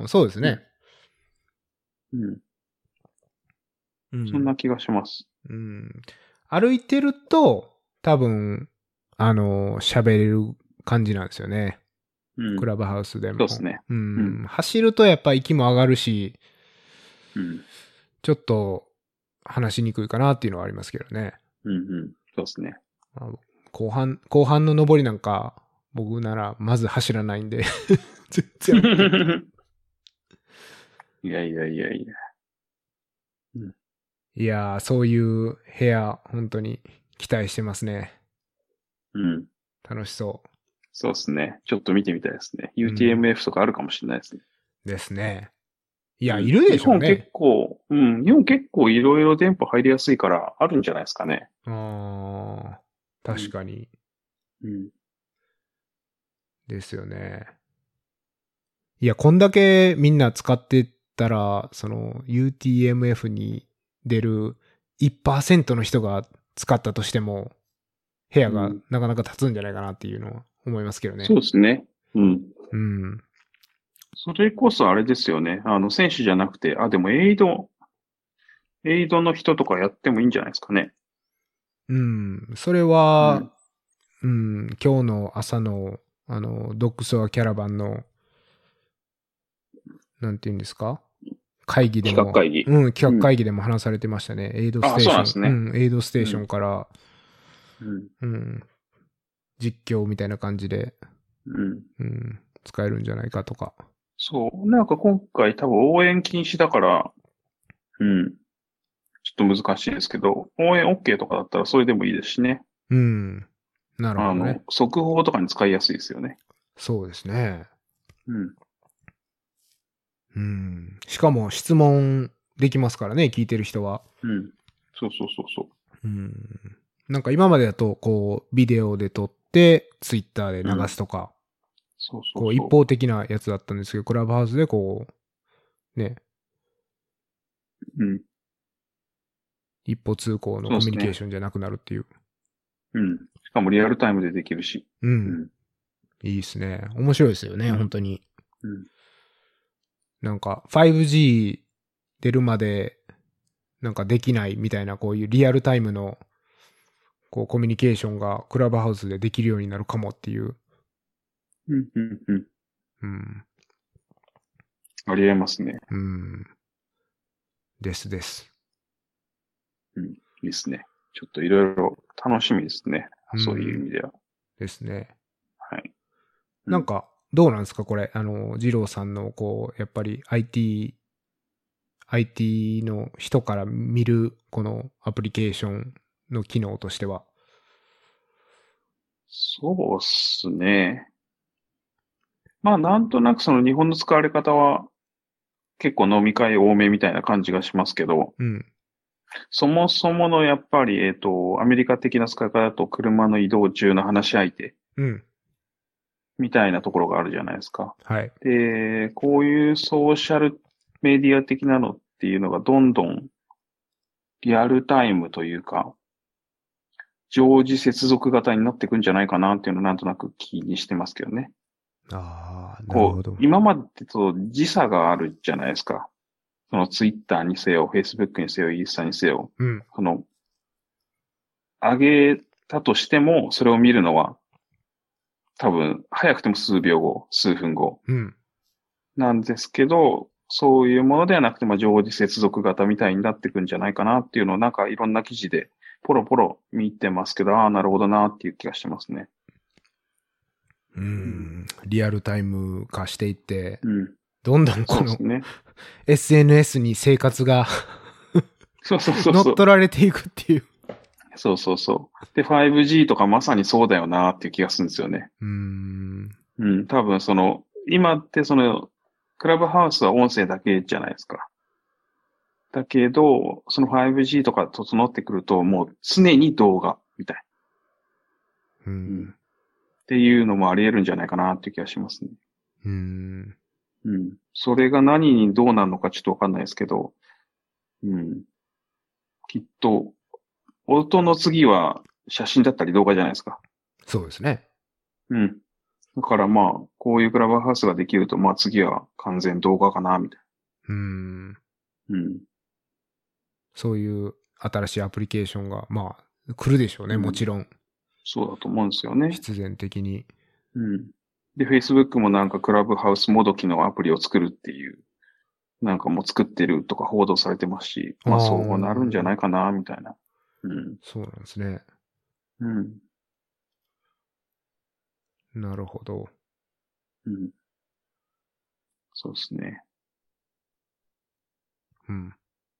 そうですね。 うん。うん。 うん。 そんな気がします。 うん。歩いてると、多分、あの、喋れる感じなんですよね。 うん。 クラブハウスでも。 そうですね。 ううん。 ん。走るとやっぱ息も上がるし、 うん。 ちょっと話しにくいかなっていうのはありますけどね。 うん。うん。そうですね。 まあ後半、後半の上りなんか、僕ならまず走らないんで全然 OK。 いやいやいやいや。うん。 いやー、そういう部屋、本当に期待してますね。 うん。 楽しそそうですね。ちょっと見てみたいですね。 う。うん。 ユーティーエムエフ とかあるかもしれないですね。 ですね。いや、 うん。 いるで日本結しょうね。 構、うん。日本結構いろいろ電波入りやすいからあるんじゃないですかね。 あー、 うん。 確かに。 うん。 ですよね。いや、こんだけみんな使ってたら、その ユーティーエムエフ に出るいちパーセントの人が使ったとしても、部屋がうん。 なかなか立つんじゃないかなっていうのは思いますけどね。 そうですね。うん。 うん。 それこそあれですよね。あの、選手じゃなくて、あ、でもエイド、エイドの人とかやってもいいんじゃないですかね。 うん。それうん。 は、うん、今日の朝の、あの、ドッグソアキャラバンの、なんて言うんですか会議で企画も、 会議。 うん、企画うん。 会議でも話されてましたね。エイドスあ、 テーション、 そうなんですね。 うん、エイドステーションうん。 から、 うん。 うん、実況みたいな感じで、 うん。 うん、使えるんじゃないかとか。 そう。なんか今回多分応援禁止だから、うん。ちょっと難しいですけど、応援 OK とかだったらそれでもいいですしね。 うん、なるほあの、 どね。 速報とかに使いやすいですよね。 そうですね。 うん。 うん。しかも質問できますからね、聞いてる人は。 うん。そうそうそうそう。 うん。なんか今までだと、こう、ビデオで撮って、ツイッターでうん。 流すとか、 そうそうこう、一そ方的なやつだったんですけど、クラブハウスでこう、ね、 う。うん。 一方通行のコミュニケーそうですね。 ションじゃなくなるっていう。 うん。しかもリアルタイムでできるし。 うん。 うん。 いいですね。面白いですよね、 うん。 本当に。 うん。 なんか、ファイブジー 出るまで、なんかできないみたいな、こういうリアルタイムの、こう、コミュニケーションがクラブハウスでできるようになるかもっていう。 うん。うん。うん。 うん。 ありえますね。 うん。ですです。 うん。いいですね。ちょっといろいろ楽しみですね。そういう意うん。 味では。 ですね。 はい。うん。 なんか、どうなんですかこれ。あの、二郎さんの、こう、やっぱり アイティー、アイティー の人から見る、このアプリケーションの機能としては。 そうっすね。まあ、なんとなくその日本の使われ方は結構飲み会多めみたいな感じがしますけど、 うん。 そもそものやっぱり、えっと、アメリカ的な使い方だと車の移動中の話し相手うん。 みたいなところがあるじゃないですか。 はい。 で、こういうソーシャルメディア的なのっていうのがどんどんリアルタイムというか、常時接続型になっていくんじゃないかなっていうのをなんとなく気にしてますけどね。 ああ、なるほこう、 ど。 今までと時差があるじゃないですか。そのツイッターにせよ、フェイスブックにせよ、インスタにせよ。 うん。 その、上げたとしても、それを見るのは、多分、早くても数秒後、数分後。 うん。 なんですけど、そういうものではなくて、まあ、常時接続型みたいになってくんじゃないかなっていうのを、なんかいろんな記事でポロポロ見てますけど、ああ、なるほどなっていう気がしてますね。 うん。リアルタイム化していって、 うん。 どんどんこの、 そうですね。 エスエヌエス に生活がそうそうそう乗そう。 っ取られていくっていう。 そうそうそう。で、ファイブジー とかまさにそうだよなっていう気がするんですよね。 うーん。 うん。多分その、今ってその、クラブハウスは音声だけじゃないですか。だけど、その ファイブジー とか整ってくると、もう常に動画みたい。 ううん。 ん。 っていうのもあり得るんじゃないかなっていう気がしますね。 うーん。 うん。それが何にどうなるのかちょっとわかんないですけど、うん。きっと、音の次は写真だったり動画じゃないですか。 そうですね。 うん。だからまあ、こういうクラブハウスができると、まあ次は完全動画かな、みたいうーん。 な。うん。 そういう新しいアプリケーションが、まあ、来るでしょうね、 うんもちろん。 そうだと思うんですよね。 必然的に。 うん。で、Facebook もなんかクラブハウスもどきのアプリを作るっていう、なんかもう作ってるとか報道されてますし、まあそうなるんじゃないかな、みたいな。うん。 そうなんですね。 うん。 なるほど。 うん。そうですね。 うん。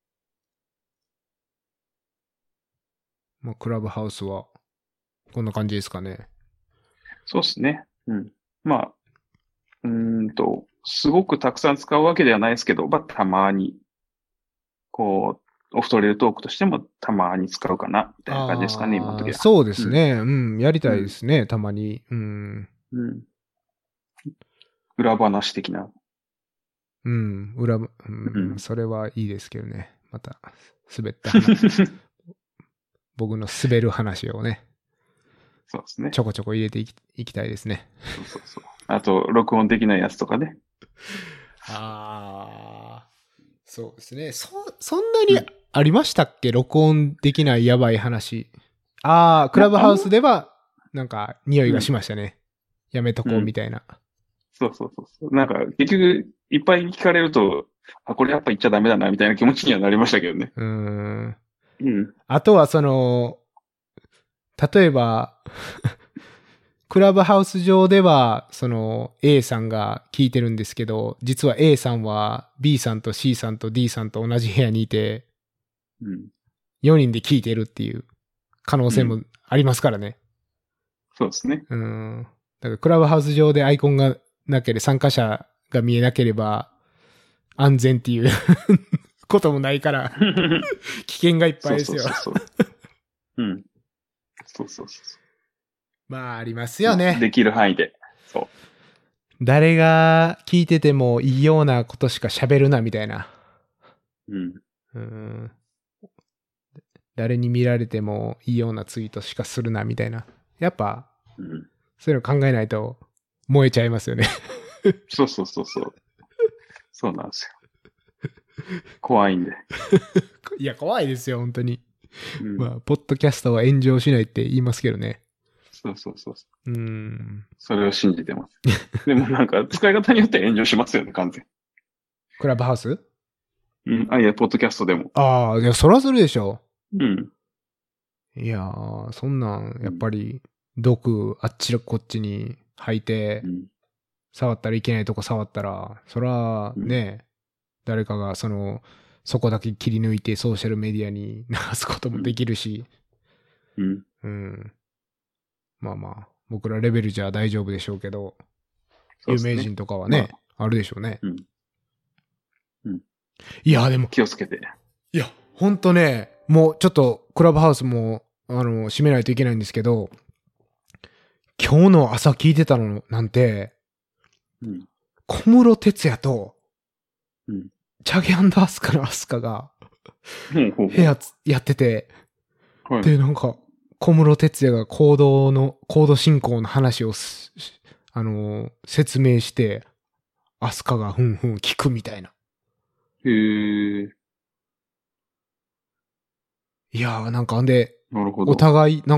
まあ、クラブハウスは、こんな感じですかね。 そうですね。うん。まあ、うーんと、すごくたくさん使うわけではないですけど、まあ、たまに、こう、オフトレールトークとしてもたまに使うかな、みたいな感じですかね、今のああ、 時は。 そうでうん。 すね。うん、やりたいでうん。 すね、たまに。うん。 うん。裏話的な。 うん、裏、う、 うんん。 それはいいですけどね。また、滑った話。僕の滑る話をね、 そうですね。 ちょこちょこ入れていき、いきたいですね。 そうそうそう。あと、録音できないやつとかね。 ああ、そうですね。そ、そんなにうん。 ありましたっけ、録音できないやばい話。ああ、クいや、あんま、 ラブハウスでは、なんか、匂いがしうん。 ましたね。やめとこう、みうん。 たいな。 そうそうそうそう。なんか、結局、いっぱい聞かれると、あ、これやっぱ言っちゃダメだな、みたいな気持ちにはなりましたけどね。 うーん。 うん。 あとは、その、例えば、クラブハウス上では、その A さんが聞いてるんですけど、実は A さんは B さんと C さんと D さんと同じ部屋にいて、 うん。 よにんで聞いてるっていう可能性もありますからね。 そうですね。 うん。だからクラブハウス上でアイコンがなければ、参加者が見えなければ安全っていうこともないから、危険がいっぱそういですよ。 そうそうそう。うん。そうそうそうそまあ、ありますう。まあ、 よね。 できる範囲で。そ誰が聞いててもいいようなことしか喋るな、みたいな。 う。うん。 うん。誰に見られてもいいようなツイートしかするな、みたいな。やっぱ、 うん。 そういうの考えないと燃えちゃいますよね。 そうそうそうそう。そうなんですよ。怖いんで。 いや、怖いですよ、本当に。 うん。 まあ、ポッドキャストは炎上しないって言いますけどね。 そうそうそうそう。 うーん。 それを信じてます。でもなんか、使い方によって炎上しますよね、完全。 クラブハウス。 うん。あ、いや、ポッドキャストでも。 ああ、いや、そらするでしょ。 うん。 いやー、そんなん、やっうん。 ぱり、毒あっちらこっちに吐いて、 うん。 触ったらいけないとこ触ったら、そら、 うん。 ね、誰かがその、そこだけ切り抜いてソーシャルメディアに流すこともできるし、 うん。 うん。まあまあ、僕らレベルじゃ大丈夫でしょうけど、有そうですね。 名人とかはまね、 あ、 あるでしょうね。 うん。うん。 いや、でも、 気をつけて。 いや、ほんとね、もうちょっとクラブハウスも、あの、閉めないといけないんですけど、今日の朝聞いてたのなんて、 うん。 小室哲哉と、 うん。 チャゲアンドアスカのアスカが、 ほうほうほ部屋つやってて、 う。はい。 で、なんか、小室哲哉がコードの、コード進行の話をす、あのー説明して、アスカがふんふん聞くみたいな。 へえ。 いやー、なんかあんで、 なるほど。 お互い、なんかうん、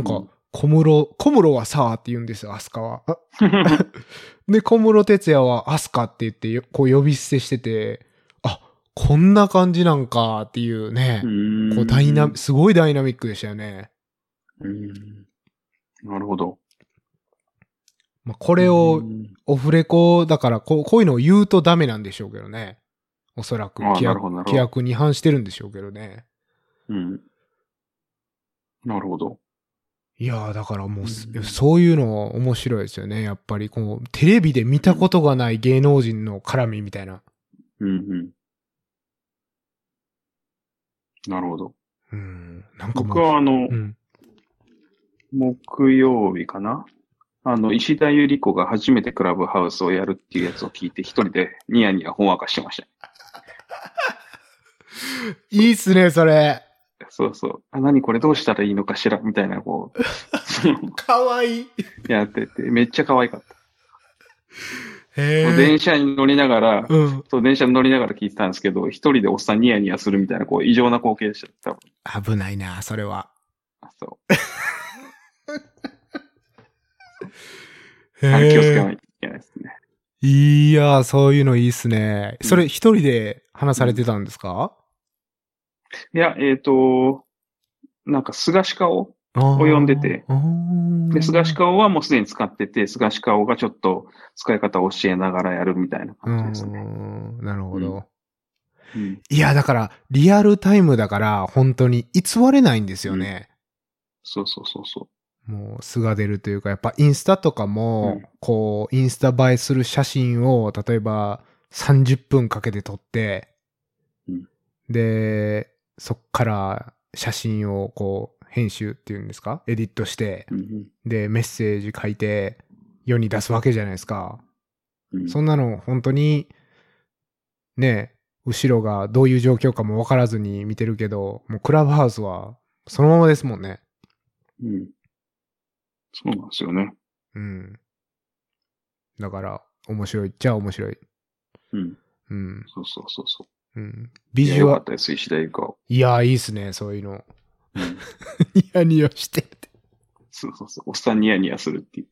小室、小室はさーって言うんですよ、アスカは。で、小室哲也はアスカって言ってよ、こう呼び捨てしてて、あ、こんな感じなんかっていうね、 うーん。 こうダイナ、すごいダイナミックでしたよね。 うーん。なるほど。 まあ、ここれをオフレコだからこう、こういうのを言うとダメなんでしょうけどね。おそらくああ、 規約なるほど、なるほど。 規約に反してるんでしょうけどね。 うん。なるほど。 いやー、だからもうす、 うんそういうの面白いですよね。やっぱり、こう、テレビで見たことがない芸能人の絡みみたいな。 うんうん。なるほど。 うん。なんかもう、 僕はあのう、ん。 木曜日かなあの、石田ゆり子が初めてクラブハウスをやるっていうやつを聞いて、一人でニヤニヤほんわかしてました。 いいっすね、それ。 そうそう。あ、何これどうしたらいいのかしらみたいな、こう、 かわいい。 やってて、めっちゃ可愛かった。 へもう電車に乗りながら、 うん。 そう、電車に乗りながら聞いてたんですけど、一人でおっさんニヤニヤするみたいな、こう、異常な光景でした。多分。 危ないな、それは。 そう。 へあれ気をつけなえ。 いといけないですね。 いやー、そういうのいいっすね。 うんそれ一人で話されてたんですか？ いや、えっと、なんか、菅氏顔をああ呼んでて、 ー。 で、菅氏顔はもうすでに使ってて、菅氏顔がちょっと使い方を教えながらやるみたいなう感じですね。 ん。なるほど。 うん。 いや、だから、リアルタイムだから、本当に偽れないんですよね。 そうそうそうそもう素が出るというか、やっぱインスタとかも、 うんこう、インスタ映えする写真を、例えばさんじゅっぷんかけて撮って、 うんで、そっから写真をこう、編集っていうんですか？エディットして、 う。うんで、メッセージ書いて、世に出すわけじゃないですか。 うん。 そんなの、本当に、ね、後ろがどういう状況かもわからずに見てるけど、もうクラブハウスはそのままですもんね。 うん。そうなんですよね。 うん。だから、面白いっちゃ面白い。 うん。 うん。 そうそうそうそうん。 う。いや、 ビジュアル、 よかったです、石田ゆり子。 いやー、いいっすね、そういうの。 うん。 ニヤニヤしてて。 そうそうそう。おっさんニヤニヤするっていう。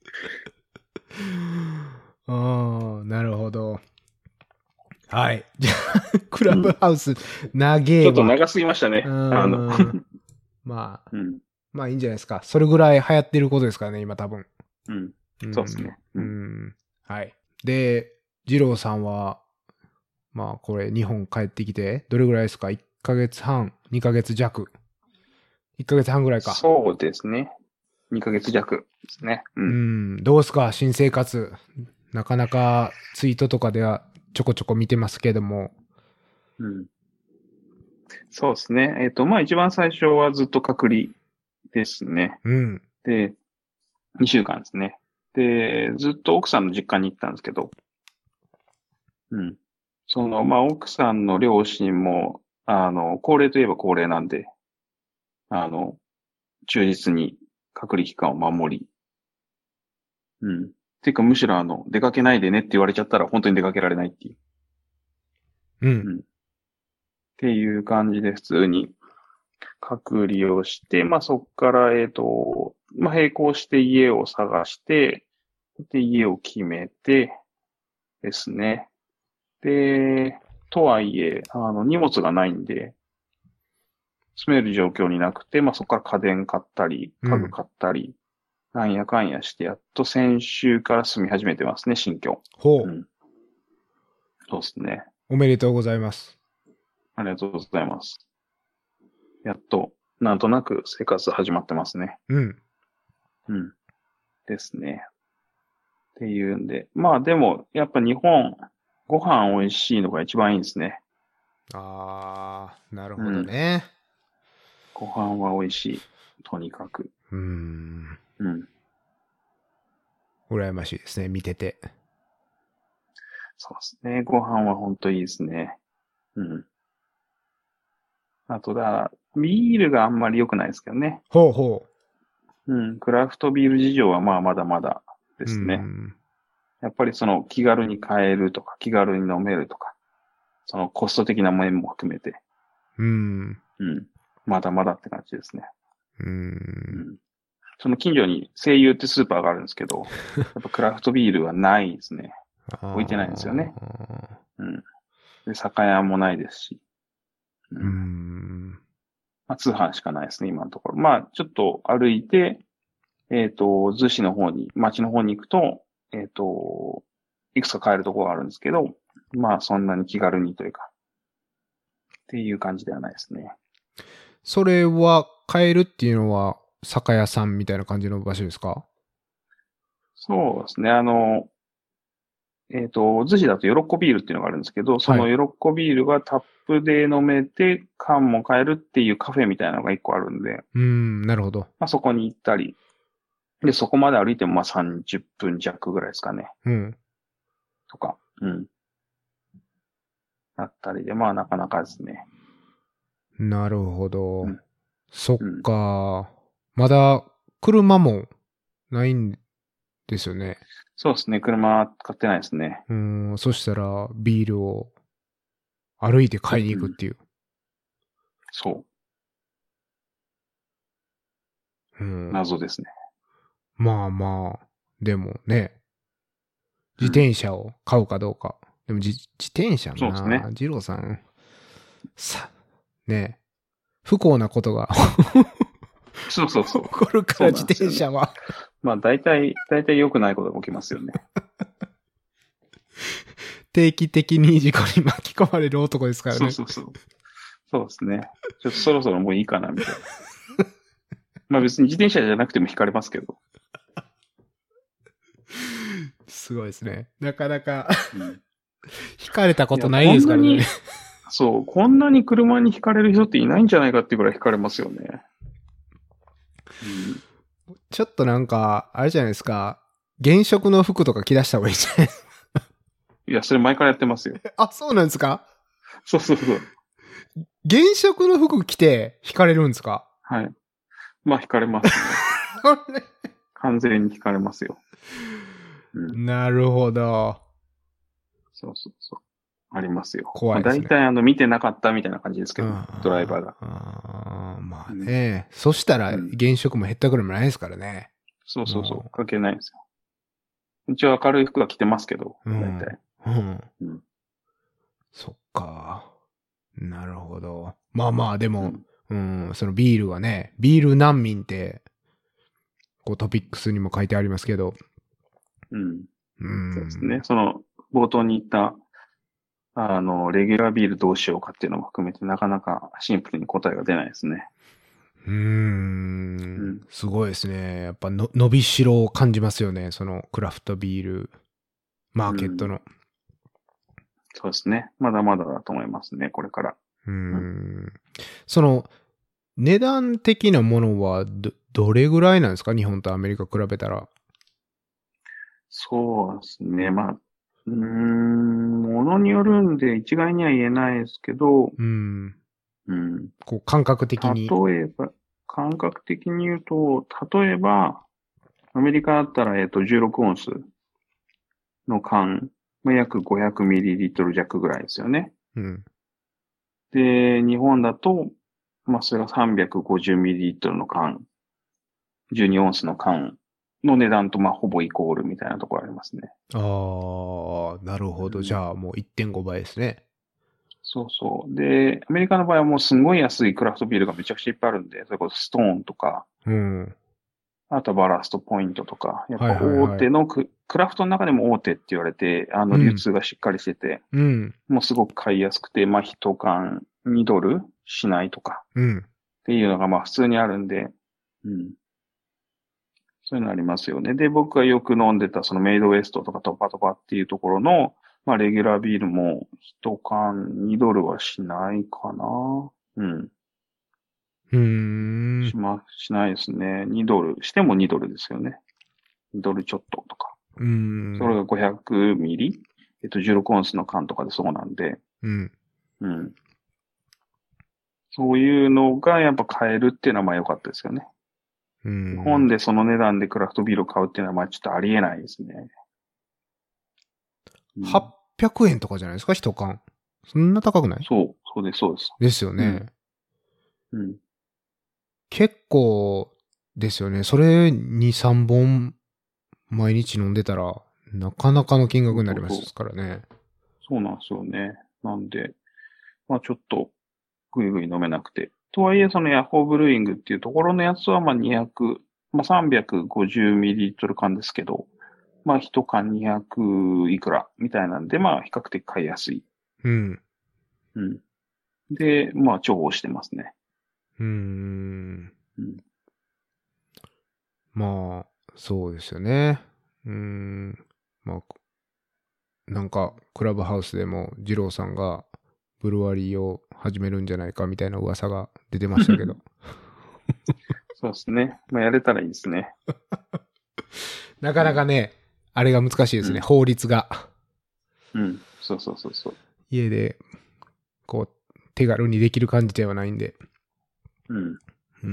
ああ、なるほど。はい。じゃあ、クラブハウス、長えわ。 ちょっと長すぎましたね。 うあの、 ーん。まあ、 うん。 まあいいんじゃないですか。それぐらい流行ってることですからね、今多分。 うん。 うんそうですね。う。 うんん。はい。で、二郎さんは、まあこれ日本帰ってきて、どれぐらいですか？ いっ ヶ月半、にかげつ弱。いっかげつはんぐらいか。 そうですね。にかげつ弱ですね。う。 うんん。どうですか？新生活。なかなかツイートとかではちょこちょこ見てますけども。 うん。そうですね。えっと、まあ一番最初はずっと隔離ですね。 うん。 で、にしゅうかんですね。で、ずっと奥さんの実家に行ったんですけど、うん。その、まあ奥さんの両親も、あの、高齢といえば高齢なんで、あの、忠実に隔離期間を守り、うん。ていうかむしろあの、出かけないでねって言われちゃったら本当に出かけられないっていう。 う。 うんん。っていう感じで普通に隔離をして、まあそっから、えっと、まあ並行して家を探して、で、家を決めてですね。で、とはいえ、あの、荷物がないんで、住める状況になくて、まあそこから家電買ったり、家具買ったり、なんやかんやして、やっと先週から住み始めてますね、新居。 ほう。 うん。そうですね。 おめでとうございます。 ありがとうございます。やっと、なんとなく生活始まってますね。 うん。 うん。ですね。っていうんで。まあでも、やっぱ日本、ご飯美味しいのが一番いいですね。 あー、なるほうん。 どね。 ご飯は美味しい。とにかく。 うーん。 うん。 羨ましいですね、見てて。 そうですね。ご飯は本当いいですね。うん。あとだ、ビールがあんまり良くないですけどね。 ほうほうん。クラフトビール事情はまあまだまだでう。うすね。 ん。 やっぱりその気軽に買えるとか、気軽に飲めるとか、そのコスト的な面も含めて、 うん。 うん。まだまだって感じですね。 う。 うんん。 その近所に声優ってスーパーがあるんですけど、やっぱクラフトビールはないですね。置いてないんですよね。うん。で、酒屋もないですし。 うん。うんまあ、通販しかないですね、今のところ。まあ、ちょっと歩いて、えっ、ー、と、逗子の方に、町の方に行くと、えっ、ー、と、いくつか買えるところがあるんですけど、まあ、そんなに気軽にというか、っていう感じではないですね。 それは、買えるっていうのは、酒屋さんみたいな感じの場所ですか？ そうですね。あの、えっ、ー、と、逗子だとヨロッコビールっていうのがあるんですけど、そはい。 のヨロッコビールがタップで飲めて、缶も買えるっていうカフェみたいなのが一個あるんで、 うーん、なるほど。 まあそこに行ったり、で、そこまで歩いてもまあさんじゅっぷん弱ぐらいですかね。 うん。 とか、うん。だったりで、まあなかなかですね。 なるほど。 うん。 そっうん。 か。まだ、車もないんですよね。 そうですね。車買ってないですね。 うーん、そしたら、ビールを歩いて買いにうん。 行くっていう。 そう。 うん。 謎ですね。 まあまあ、でもね、自うん。 転車を買うかどうか。でも自、自転車そうですね。 な、二郎さん、さ、ね、不幸なことがそうそうそう。 起こるかそうら自なんですよね。 転車はまあ大体、大体良くないことが起きますよね。 定期的に事故に巻き込まれる男ですからね。 そうそうそう。そうですね。ちょっとそろそろもういいかな、みたいな。まあ別に自転車じゃなくても引かれますけど。 すごいですね。なかなかうん。 引かれたこいや、 とないですからね。 こんなに、そう、こんなに車に引かれる人っていないんじゃないかっていうぐらい引かれますよね。うん。 ちょっとなんか、あれじゃないですか。原色の服とか着出した方がいいじゃないですか。 いや、それ前からやってますよ。 あ、そうなんですか？ そうそうそう。 原色の服着て惹かれるんですか？ はい。まあ引かれますね。完全に引かれますよ。うん。 なるほど。 そうそうそう。ありますよ。まあ怖いですね。 大体あの見てなかったみたいな感じですけどね。ドライバーあが。 あ、まあうん。 ね。そしたらうん。 原色も減ったくらいもないですからね。 そうそうそう。 も関係ないですよ。一応明るい服は着てますけど、 う。うん。 大体。 うん。 うん。 そっか。なるほど。まあまあ、でも、 うん。 うん、そのビールはね、ビール難民って、こうトピックスにも書いてありますけど、 うん。 うそうですね。 ん、 その、冒頭に言った、あの、レギュラービールどうしようかっていうのも含めて、なかなかシンプルに答えが出ないですね。 うーん、 うん。 すごいですね。やっぱの伸びしろを感じますよね。そのクラフトビールマーうん。 ケットの。 そうですね。まだまだだと思いますね、これから。 うーうん。 ん。その値段的なものはど、どれぐらいなんですか？日本とアメリカ比べたら。 そうですね。まあ、うーん、ものによるんで一概には言えないですけど、 うん。 うん。 こう感覚的に。 例えば、感覚的に言うと、例えば、アメリカだったら、えっと、じゅうろくオンスの缶、まあ、約 ごひゃくミリリットル 弱ぐらいですよね。 うん。 で、日本だと、まあ、それが さんびゃくごじゅうミリリットル の缶、じゅうにオンスの缶の値段と、まあ、ほぼイコールみたいなところありますね。 ああ、なるほど。じうん、 ゃあもういってんごばいですね。 そうそう。で、アメリカの場合はもうすごい安いクラフトビールがめちゃくちゃいっぱいあるんで、それこそストーンとか、 うん。 あとバラストポイントとか、やっぱはいはい大はい。 手のク、クラフトの中でも大手って言われて、あの流うん。 通がしっかりしてて、 うん。 もうすごく買いやすくて、まあ一缶にドルしないとかうん。 っていうのがまあ普通にあるんで、うん。そういうのありますよね。で、僕がよく飲んでたそのメイドウエストとかトパトパっていうところの、まあレギュラービールも一缶にドルはしないかな。うん。 うーん。 しま、しないですね。にドル。してもにドルですよね。にドルちょっととか。 うーん。 それがごひゃくミリえっと、じゅうろくオンスの缶とかでそうなんで、 うん。 うん。そういうのがやっぱ買えるっていうのはまあ良かったですよね。 うー日本ん。 でその値段でクラフトビールを買うっていうのはまあちょっとありえないですね。うん。 はっぴゃくえんとかじゃないですか、一缶。そんな高くない？ そう、そうです、そうです。 ですようん。 ね。 うん。 結構、 ですよね。それに、さんぼん毎日飲んでたら、なかなかの金額になりますからね。 そうなんですよね。なんで、まあちょっと、ぐいぐい飲めなくて。とはいえ、そのヤホーブルーイングっていうところのやつは、まあにひゃく、まあさんびゃくごじゅうミリリットル 缶ですけど、まあ一缶にひゃくいくらみたいなんで、まあ比較的買いやすい。 うん。 うん。で、まあ重宝してますね。 うーん。 うん、 まあ、そうですよね。うーん。まあ、なんか、クラブハウスでも、二郎さんが、ブルワリーを始めるんじゃないかみたいな噂が出てましたけど。 そうですね。まあやれたらいいですね。 なかなかね、あれが難しいですね。 うん、 法律が。 うん。そうそうそうそう。 家で、こう、手軽にできる感じではないんで。 うん。 うん。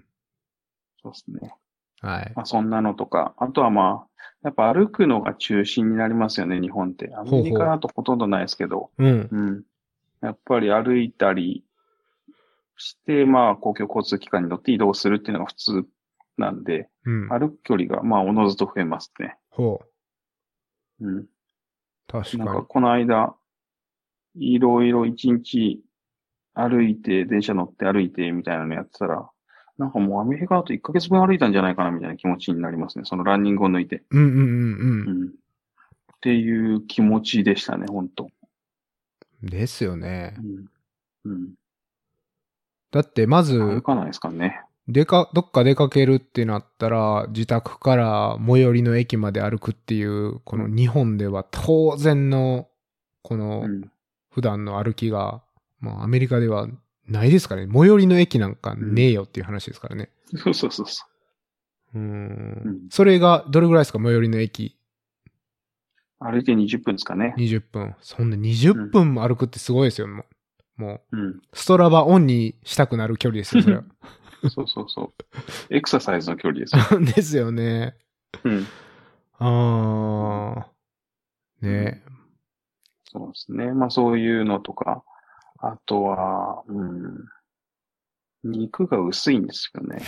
そうですね。 はい。 まあそんなのとか、あとはまあ、やっぱ歩くのが中心になりますよね、日本って。アメリカだとほとんどないですけど。 うん。 うん。やっぱり歩いたりして、まあ公共交通機関に乗って移動するっていうのが普通なんで、 うん。 歩く距離がまあおのずと増えますね。 ほうん。 う。確かに。 なんかこの間、いろいろ一日歩いて、電車乗って歩いてみたいなのやってたら、なんかもうアメリカだといっかげつぶん歩いたんじゃないかなみたいな気持ちになりますね。そのランニングを抜いて。 うんうんうんうん。 うん。っていう気持ちでしたね、本当。 ですよね。 うん。うん。 だってまず歩、かないですかね。 でか、どっか出かけるってなったら、自宅から最寄りの駅まで歩くっていう、この日本では当然の、こうのん。 普段の歩きが、まあアメリカではないですからね。最寄りの駅なんかねえよっていう話ですからね。 そうそうそうそうーん。 う。うん。 それがどれぐらいですか、最寄りの駅。 歩いてにじゅっぷんですかね。 にじゅっぷん。そんなにじゅっぷんも歩くってすごいですよ、もう。もう、 うん。 ストラバオンにしたくなる距離ですよ、それは。 そうそうそう。エクササイズの距離ですよ。 ですよね。 うん。 あー。ね、 うん、そうですね。まあそういうのとか、あとは、うん。肉が薄いんですよね。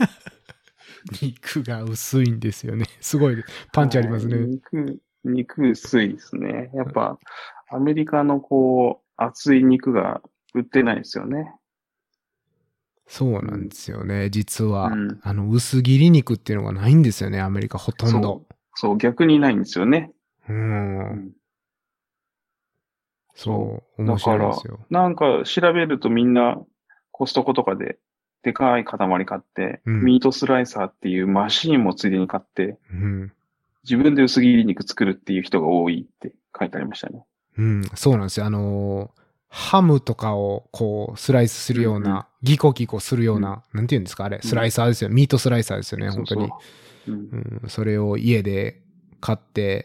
肉が薄いんですよね。すごい、パンチありはい。 ますね。 肉、肉薄いですね。やっぱ、アメリカのこう、厚い肉が売ってないですよね。 そうなんでうん。 すよね、実は。 うん。 あの、薄切り肉っていうのがないんですよね、アメリカほとんど。 そう。そう、逆にないんですよね。 うーん。 うん。そそう、 う。だ面から、 白いですよ。 なんか調べるとみんなコストコとかででかい塊買って、 うん。 ミートスライサーっていうマシーンもついでに買って、 うん。 自分で薄切り肉作るっていう人が多いって書いてありましたね。 うん、そうなんですよ。あのーハムとかをこうスライスするよううんな、ギコギコするよううん。 な、なんて言うんですかあれ、 うん。 スライサーですよ。ミートスライサーですよね、本当に。 そうそう。うん。 うん、それを家で買って、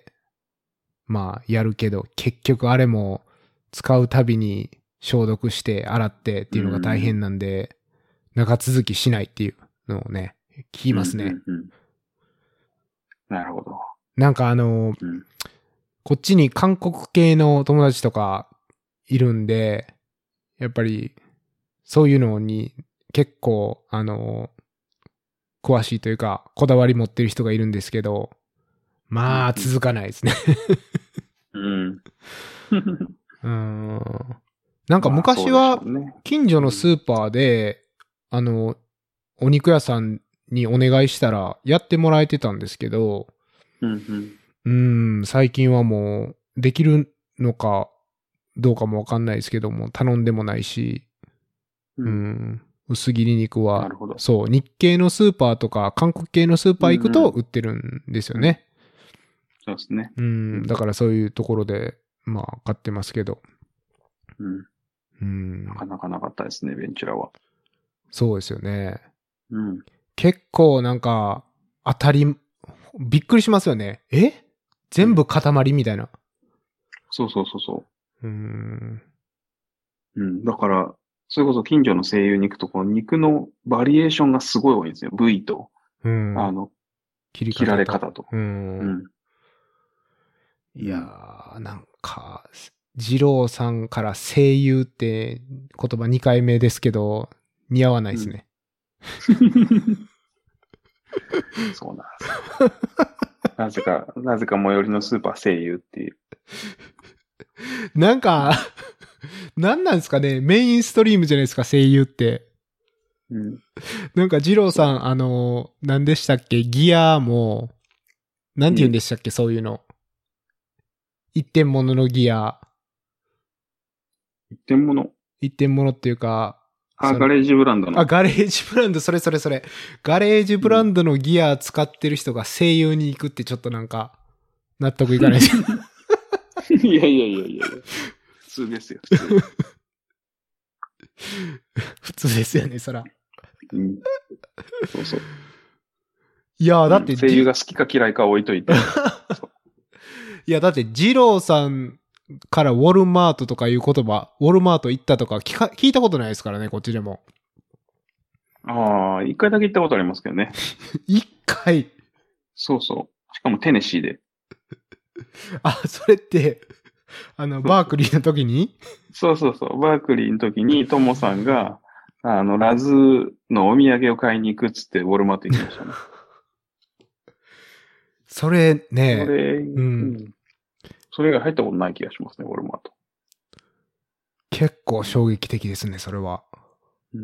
まあ、やるけど、結局あれも使うたびに消毒して洗ってってういうのが大変ん。 なんで、長続きしないっていうのをね、聞きうん。 ますね。 うん。うん。なるほど。 なんかあのーうん。 こっちに韓国系の友達とかいるんで、やっぱりそういうのに結構、あのー詳しいというか、こだわり持ってる人がいるんですけど、 うん。 まあ、 うん。 続かないですね。 うん。 うーん。なんかまあ、そうでしょ昔はうね。 近所のスうん。 ーパーで、あの、お肉屋さんにお願いしたらやってもらえてたんですけど、 うん。 うーん、最近はもうできるのかどうかもわかんないですけども、頼んでもないし、ううん。 ん、薄切り肉は、 なるほど。 そう、日系のスーパーとか韓国系のスーパー行くうん。うん。 と売ってるんですようん。 ね。 そうですね。 うん、 うん。 だからそういうところで、まあ、買ってますけど、 うん。 うん、 なかなかなかったですね、ベンチュラは。 そうですよね。 うん。 結構なんか、当たり、びっくりしますよね。え全部塊みたいな。 そうそうそうそう。 うーん。 うん。だから、それこそ近所の声優に行くと、この肉のバリエーションがすごい多いんですよ。部位と、 うん。 あの、 切り切ら方と。 れ方と。 うん。 うん。 いやうん。 ー、なんか、二郎さんから声優って言葉にかいめですけど、似合わないうん。 ですね。 そうなんですよ。なぜか、なぜか最寄りのスーパー声優っていう。 なんか、なんなんですかね、メインストリームじゃないですか、声優って。 うん。 なんか、二郎さん、あの、何でしたっけ、ギアも、なんて言うんでしたっけ、うん、そういうの。一点物のギア。 一点物一点物っていうか、 あ、ガレージブランドの。 あ、ガレージブランド、それそれそれ。ガレージブランドのギア使ってる人が声優に行くってちょっとなんか、納得いかないです。 いやいやいやいや普通ですよ、普通。 普通ですよね、そら。 うん。そうそう。 いや、だって、 うん、声優が好きか嫌いか置いといて。 いや、だって、二郎さんからウォルマートとかいう言葉、ウォルマート行ったとか聞か聞いたことないですからね、こっちでも。 ああ、一回だけ行ったことありますけどね。 一回。 そうそう。しかもテネシーで。 あ、それって、あの、バークリーの時にそうそうそう。バークリーの時に、トモさんが、あの、ラズのお土産を買いに行くっつって、ウォルマート行きましたね。 それね、 それ、 うん、うん。 それが入ったことない気がしますね、ウォルマート。 結構衝撃的ですね、それは。 うん。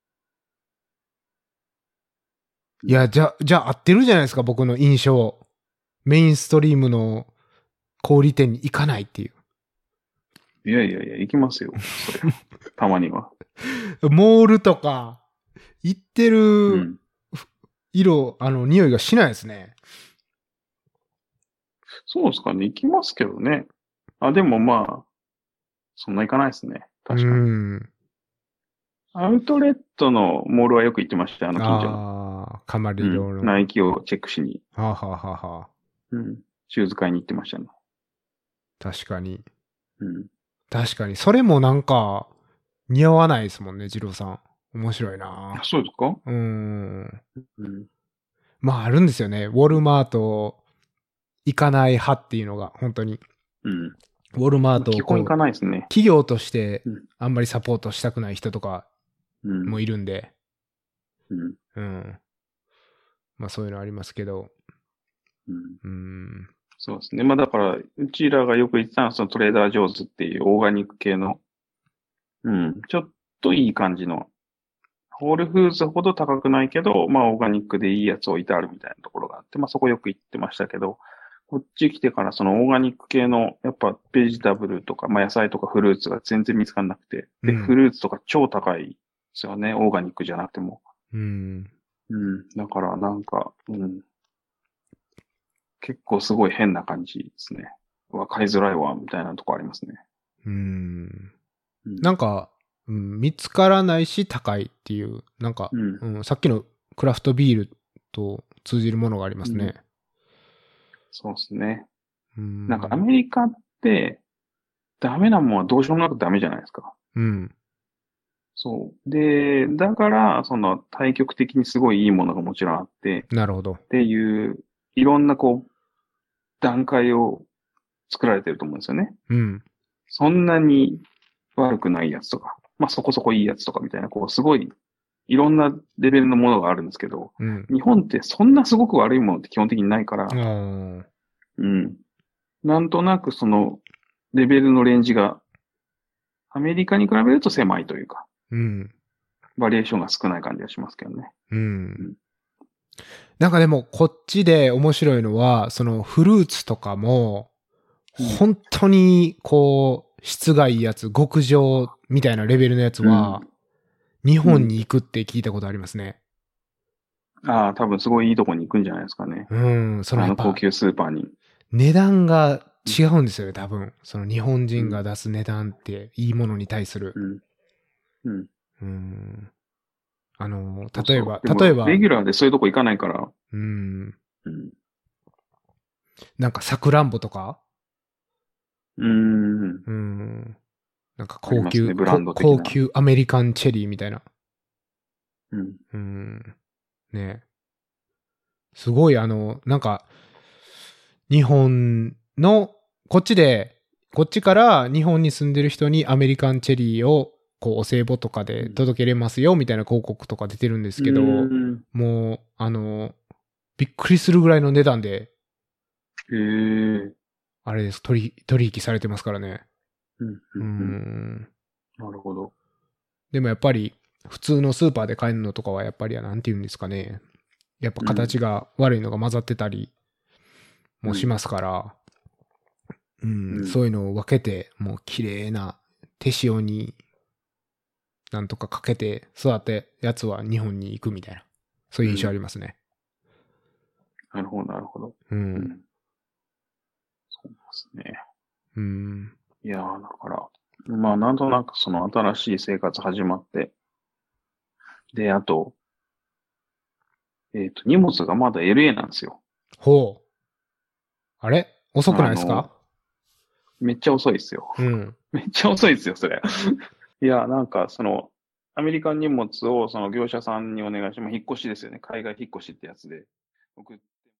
いや、じゃ、じゃあ合ってるじゃないですか、僕の印象。メインストリームの小売店に行かないっていう。 いやいやいや、行きますよ、それ。たまには。 モールとか、行ってる色、うん、あの、匂いがしないですね。 そうですかね、行きますけどね。あ、でもまあ、そんな行かないですね。確かに。うんアウトレットのモールはよく行ってました、あの近所の。 ああ、カマリロの、 うん。ナイキをチェックしに。 はあ、はあははあ、 うん。シューズ買いに行ってましたね。 確かに。 うん。 確かに。それもなんか、似合わないですもんね、二郎さん。面白いな。 そうですか？ うーん。 うん。 まあ、あるんですよね。ウォルマート行かない派っていうのが、本当に。 うん。 ウォルマートを基本行かないですね。 企業としてあんまりサポートしたくない人とかもいるんで。 うん。 うん。まあそういうのありますけど。 うん。 うん、 そうですね。まあだから、うちらがよく言ってたのはそのトレーダージョーズっていうオーガニック系の、うん、ちょっといい感じの、ホールフーズほど高くないけど、まあオーガニックでいいやつ置いてあるみたいなところがあって、まあそこよく行ってましたけど、こっち来てからそのオーガニック系の、やっぱベジタブルとか、まあ野菜とかフルーツが全然見つかんなくて、で、うん、フルーツとか超高いですよね、オーガニックじゃなくても。 うん。 うん。だからなんか、うん。結構すごい変な感じですね。わかりづらいわ、みたいなとこありますね。 うん。うん、なんか、うん、見つからないし高いっていう、なんか、うんうん、さっきのクラフトビールと通じるものがありますね。うん、 そうですね。 うん、 なんかアメリカってダメなもんはどうしようもなくダメじゃないですか。 うん。 そう。で、だから、その対極的にすごいいいものがもちろんあって。 なるほど。 っていう、いろんなこう、段階を作られてると思うんですよね。 うん。 そんなに悪くないやつとか、まあそこそこいいやつとかみたいな、こうすごい、いろんなレベルのものがあるんですけど、 うん、 日本ってそんなすごく悪いものって基本的にないから、 うんうん。なんとなくそのレベルのレンジがアメリカに比べると狭いというか、 うん。 バリエーションが少ない感じがしますけどね。 うん。うん、なんかでもこっちで面白いのは、そのフルーツとかも、本当にこう、質がいいやつ、極上みたいなレベルのやつは、日本に行くって聞いたことありますね。 うん、ああ、多分すごいいいとこに行くんじゃないですかね。 うん、そのあの高級スーパーに。 値段が違うんですよね、多分。その日本人が出す値段って、いいものに対する。 うん。うん。 うんあの、例えば、例えば。 レギュラーでそういうとこ行かないから。 うん。うん、なんか、さくらんぼとかうーん。 うん。なんか高級、 ね、ブランド的な高級アメリカンチェリーみたいな。 うん。 うん。ねすごいあの、なんか、日本の、こっちで、こっちから日本に住んでる人にアメリカンチェリーを、こう、お歳暮とかで届けれますよ、みたいな広告とか出てるんですけど、 ん。 もう、あの、びっくりするぐらいの値段で、 へえ。 あれです、取り、取引されてますからね。 うん、 ううん、 ーうん。 ん。 なるほど。 でもやっぱり、普通のスーパーで買えるのとかはやっぱり、なんて言うんですかね。やっぱうん、 形が悪いのが混ざってたりうん、 もしますから、うん、 うん。 そういうのを分けて、もう綺麗な手塩になんとかかけて育てやつは日本に行くみたいな、そういう印象あうん。 りますね。 なるほど、なるほど。 うん。 うん。そうですね。 うん。 いやー、だから、まあ、なんとなくその新しい生活始まって、で、あと、えっと、荷物がまだ エルエー なんですよ。 ほう。あれ遅くないですあの、 か？ めっちゃ遅いですよ。 うん。 めっちゃ遅いですよ、それ。いや、なんか、その、アメリカン荷物をその業者さんにお願いして、も引っ越しですよね。海外引っ越しってやつで。僕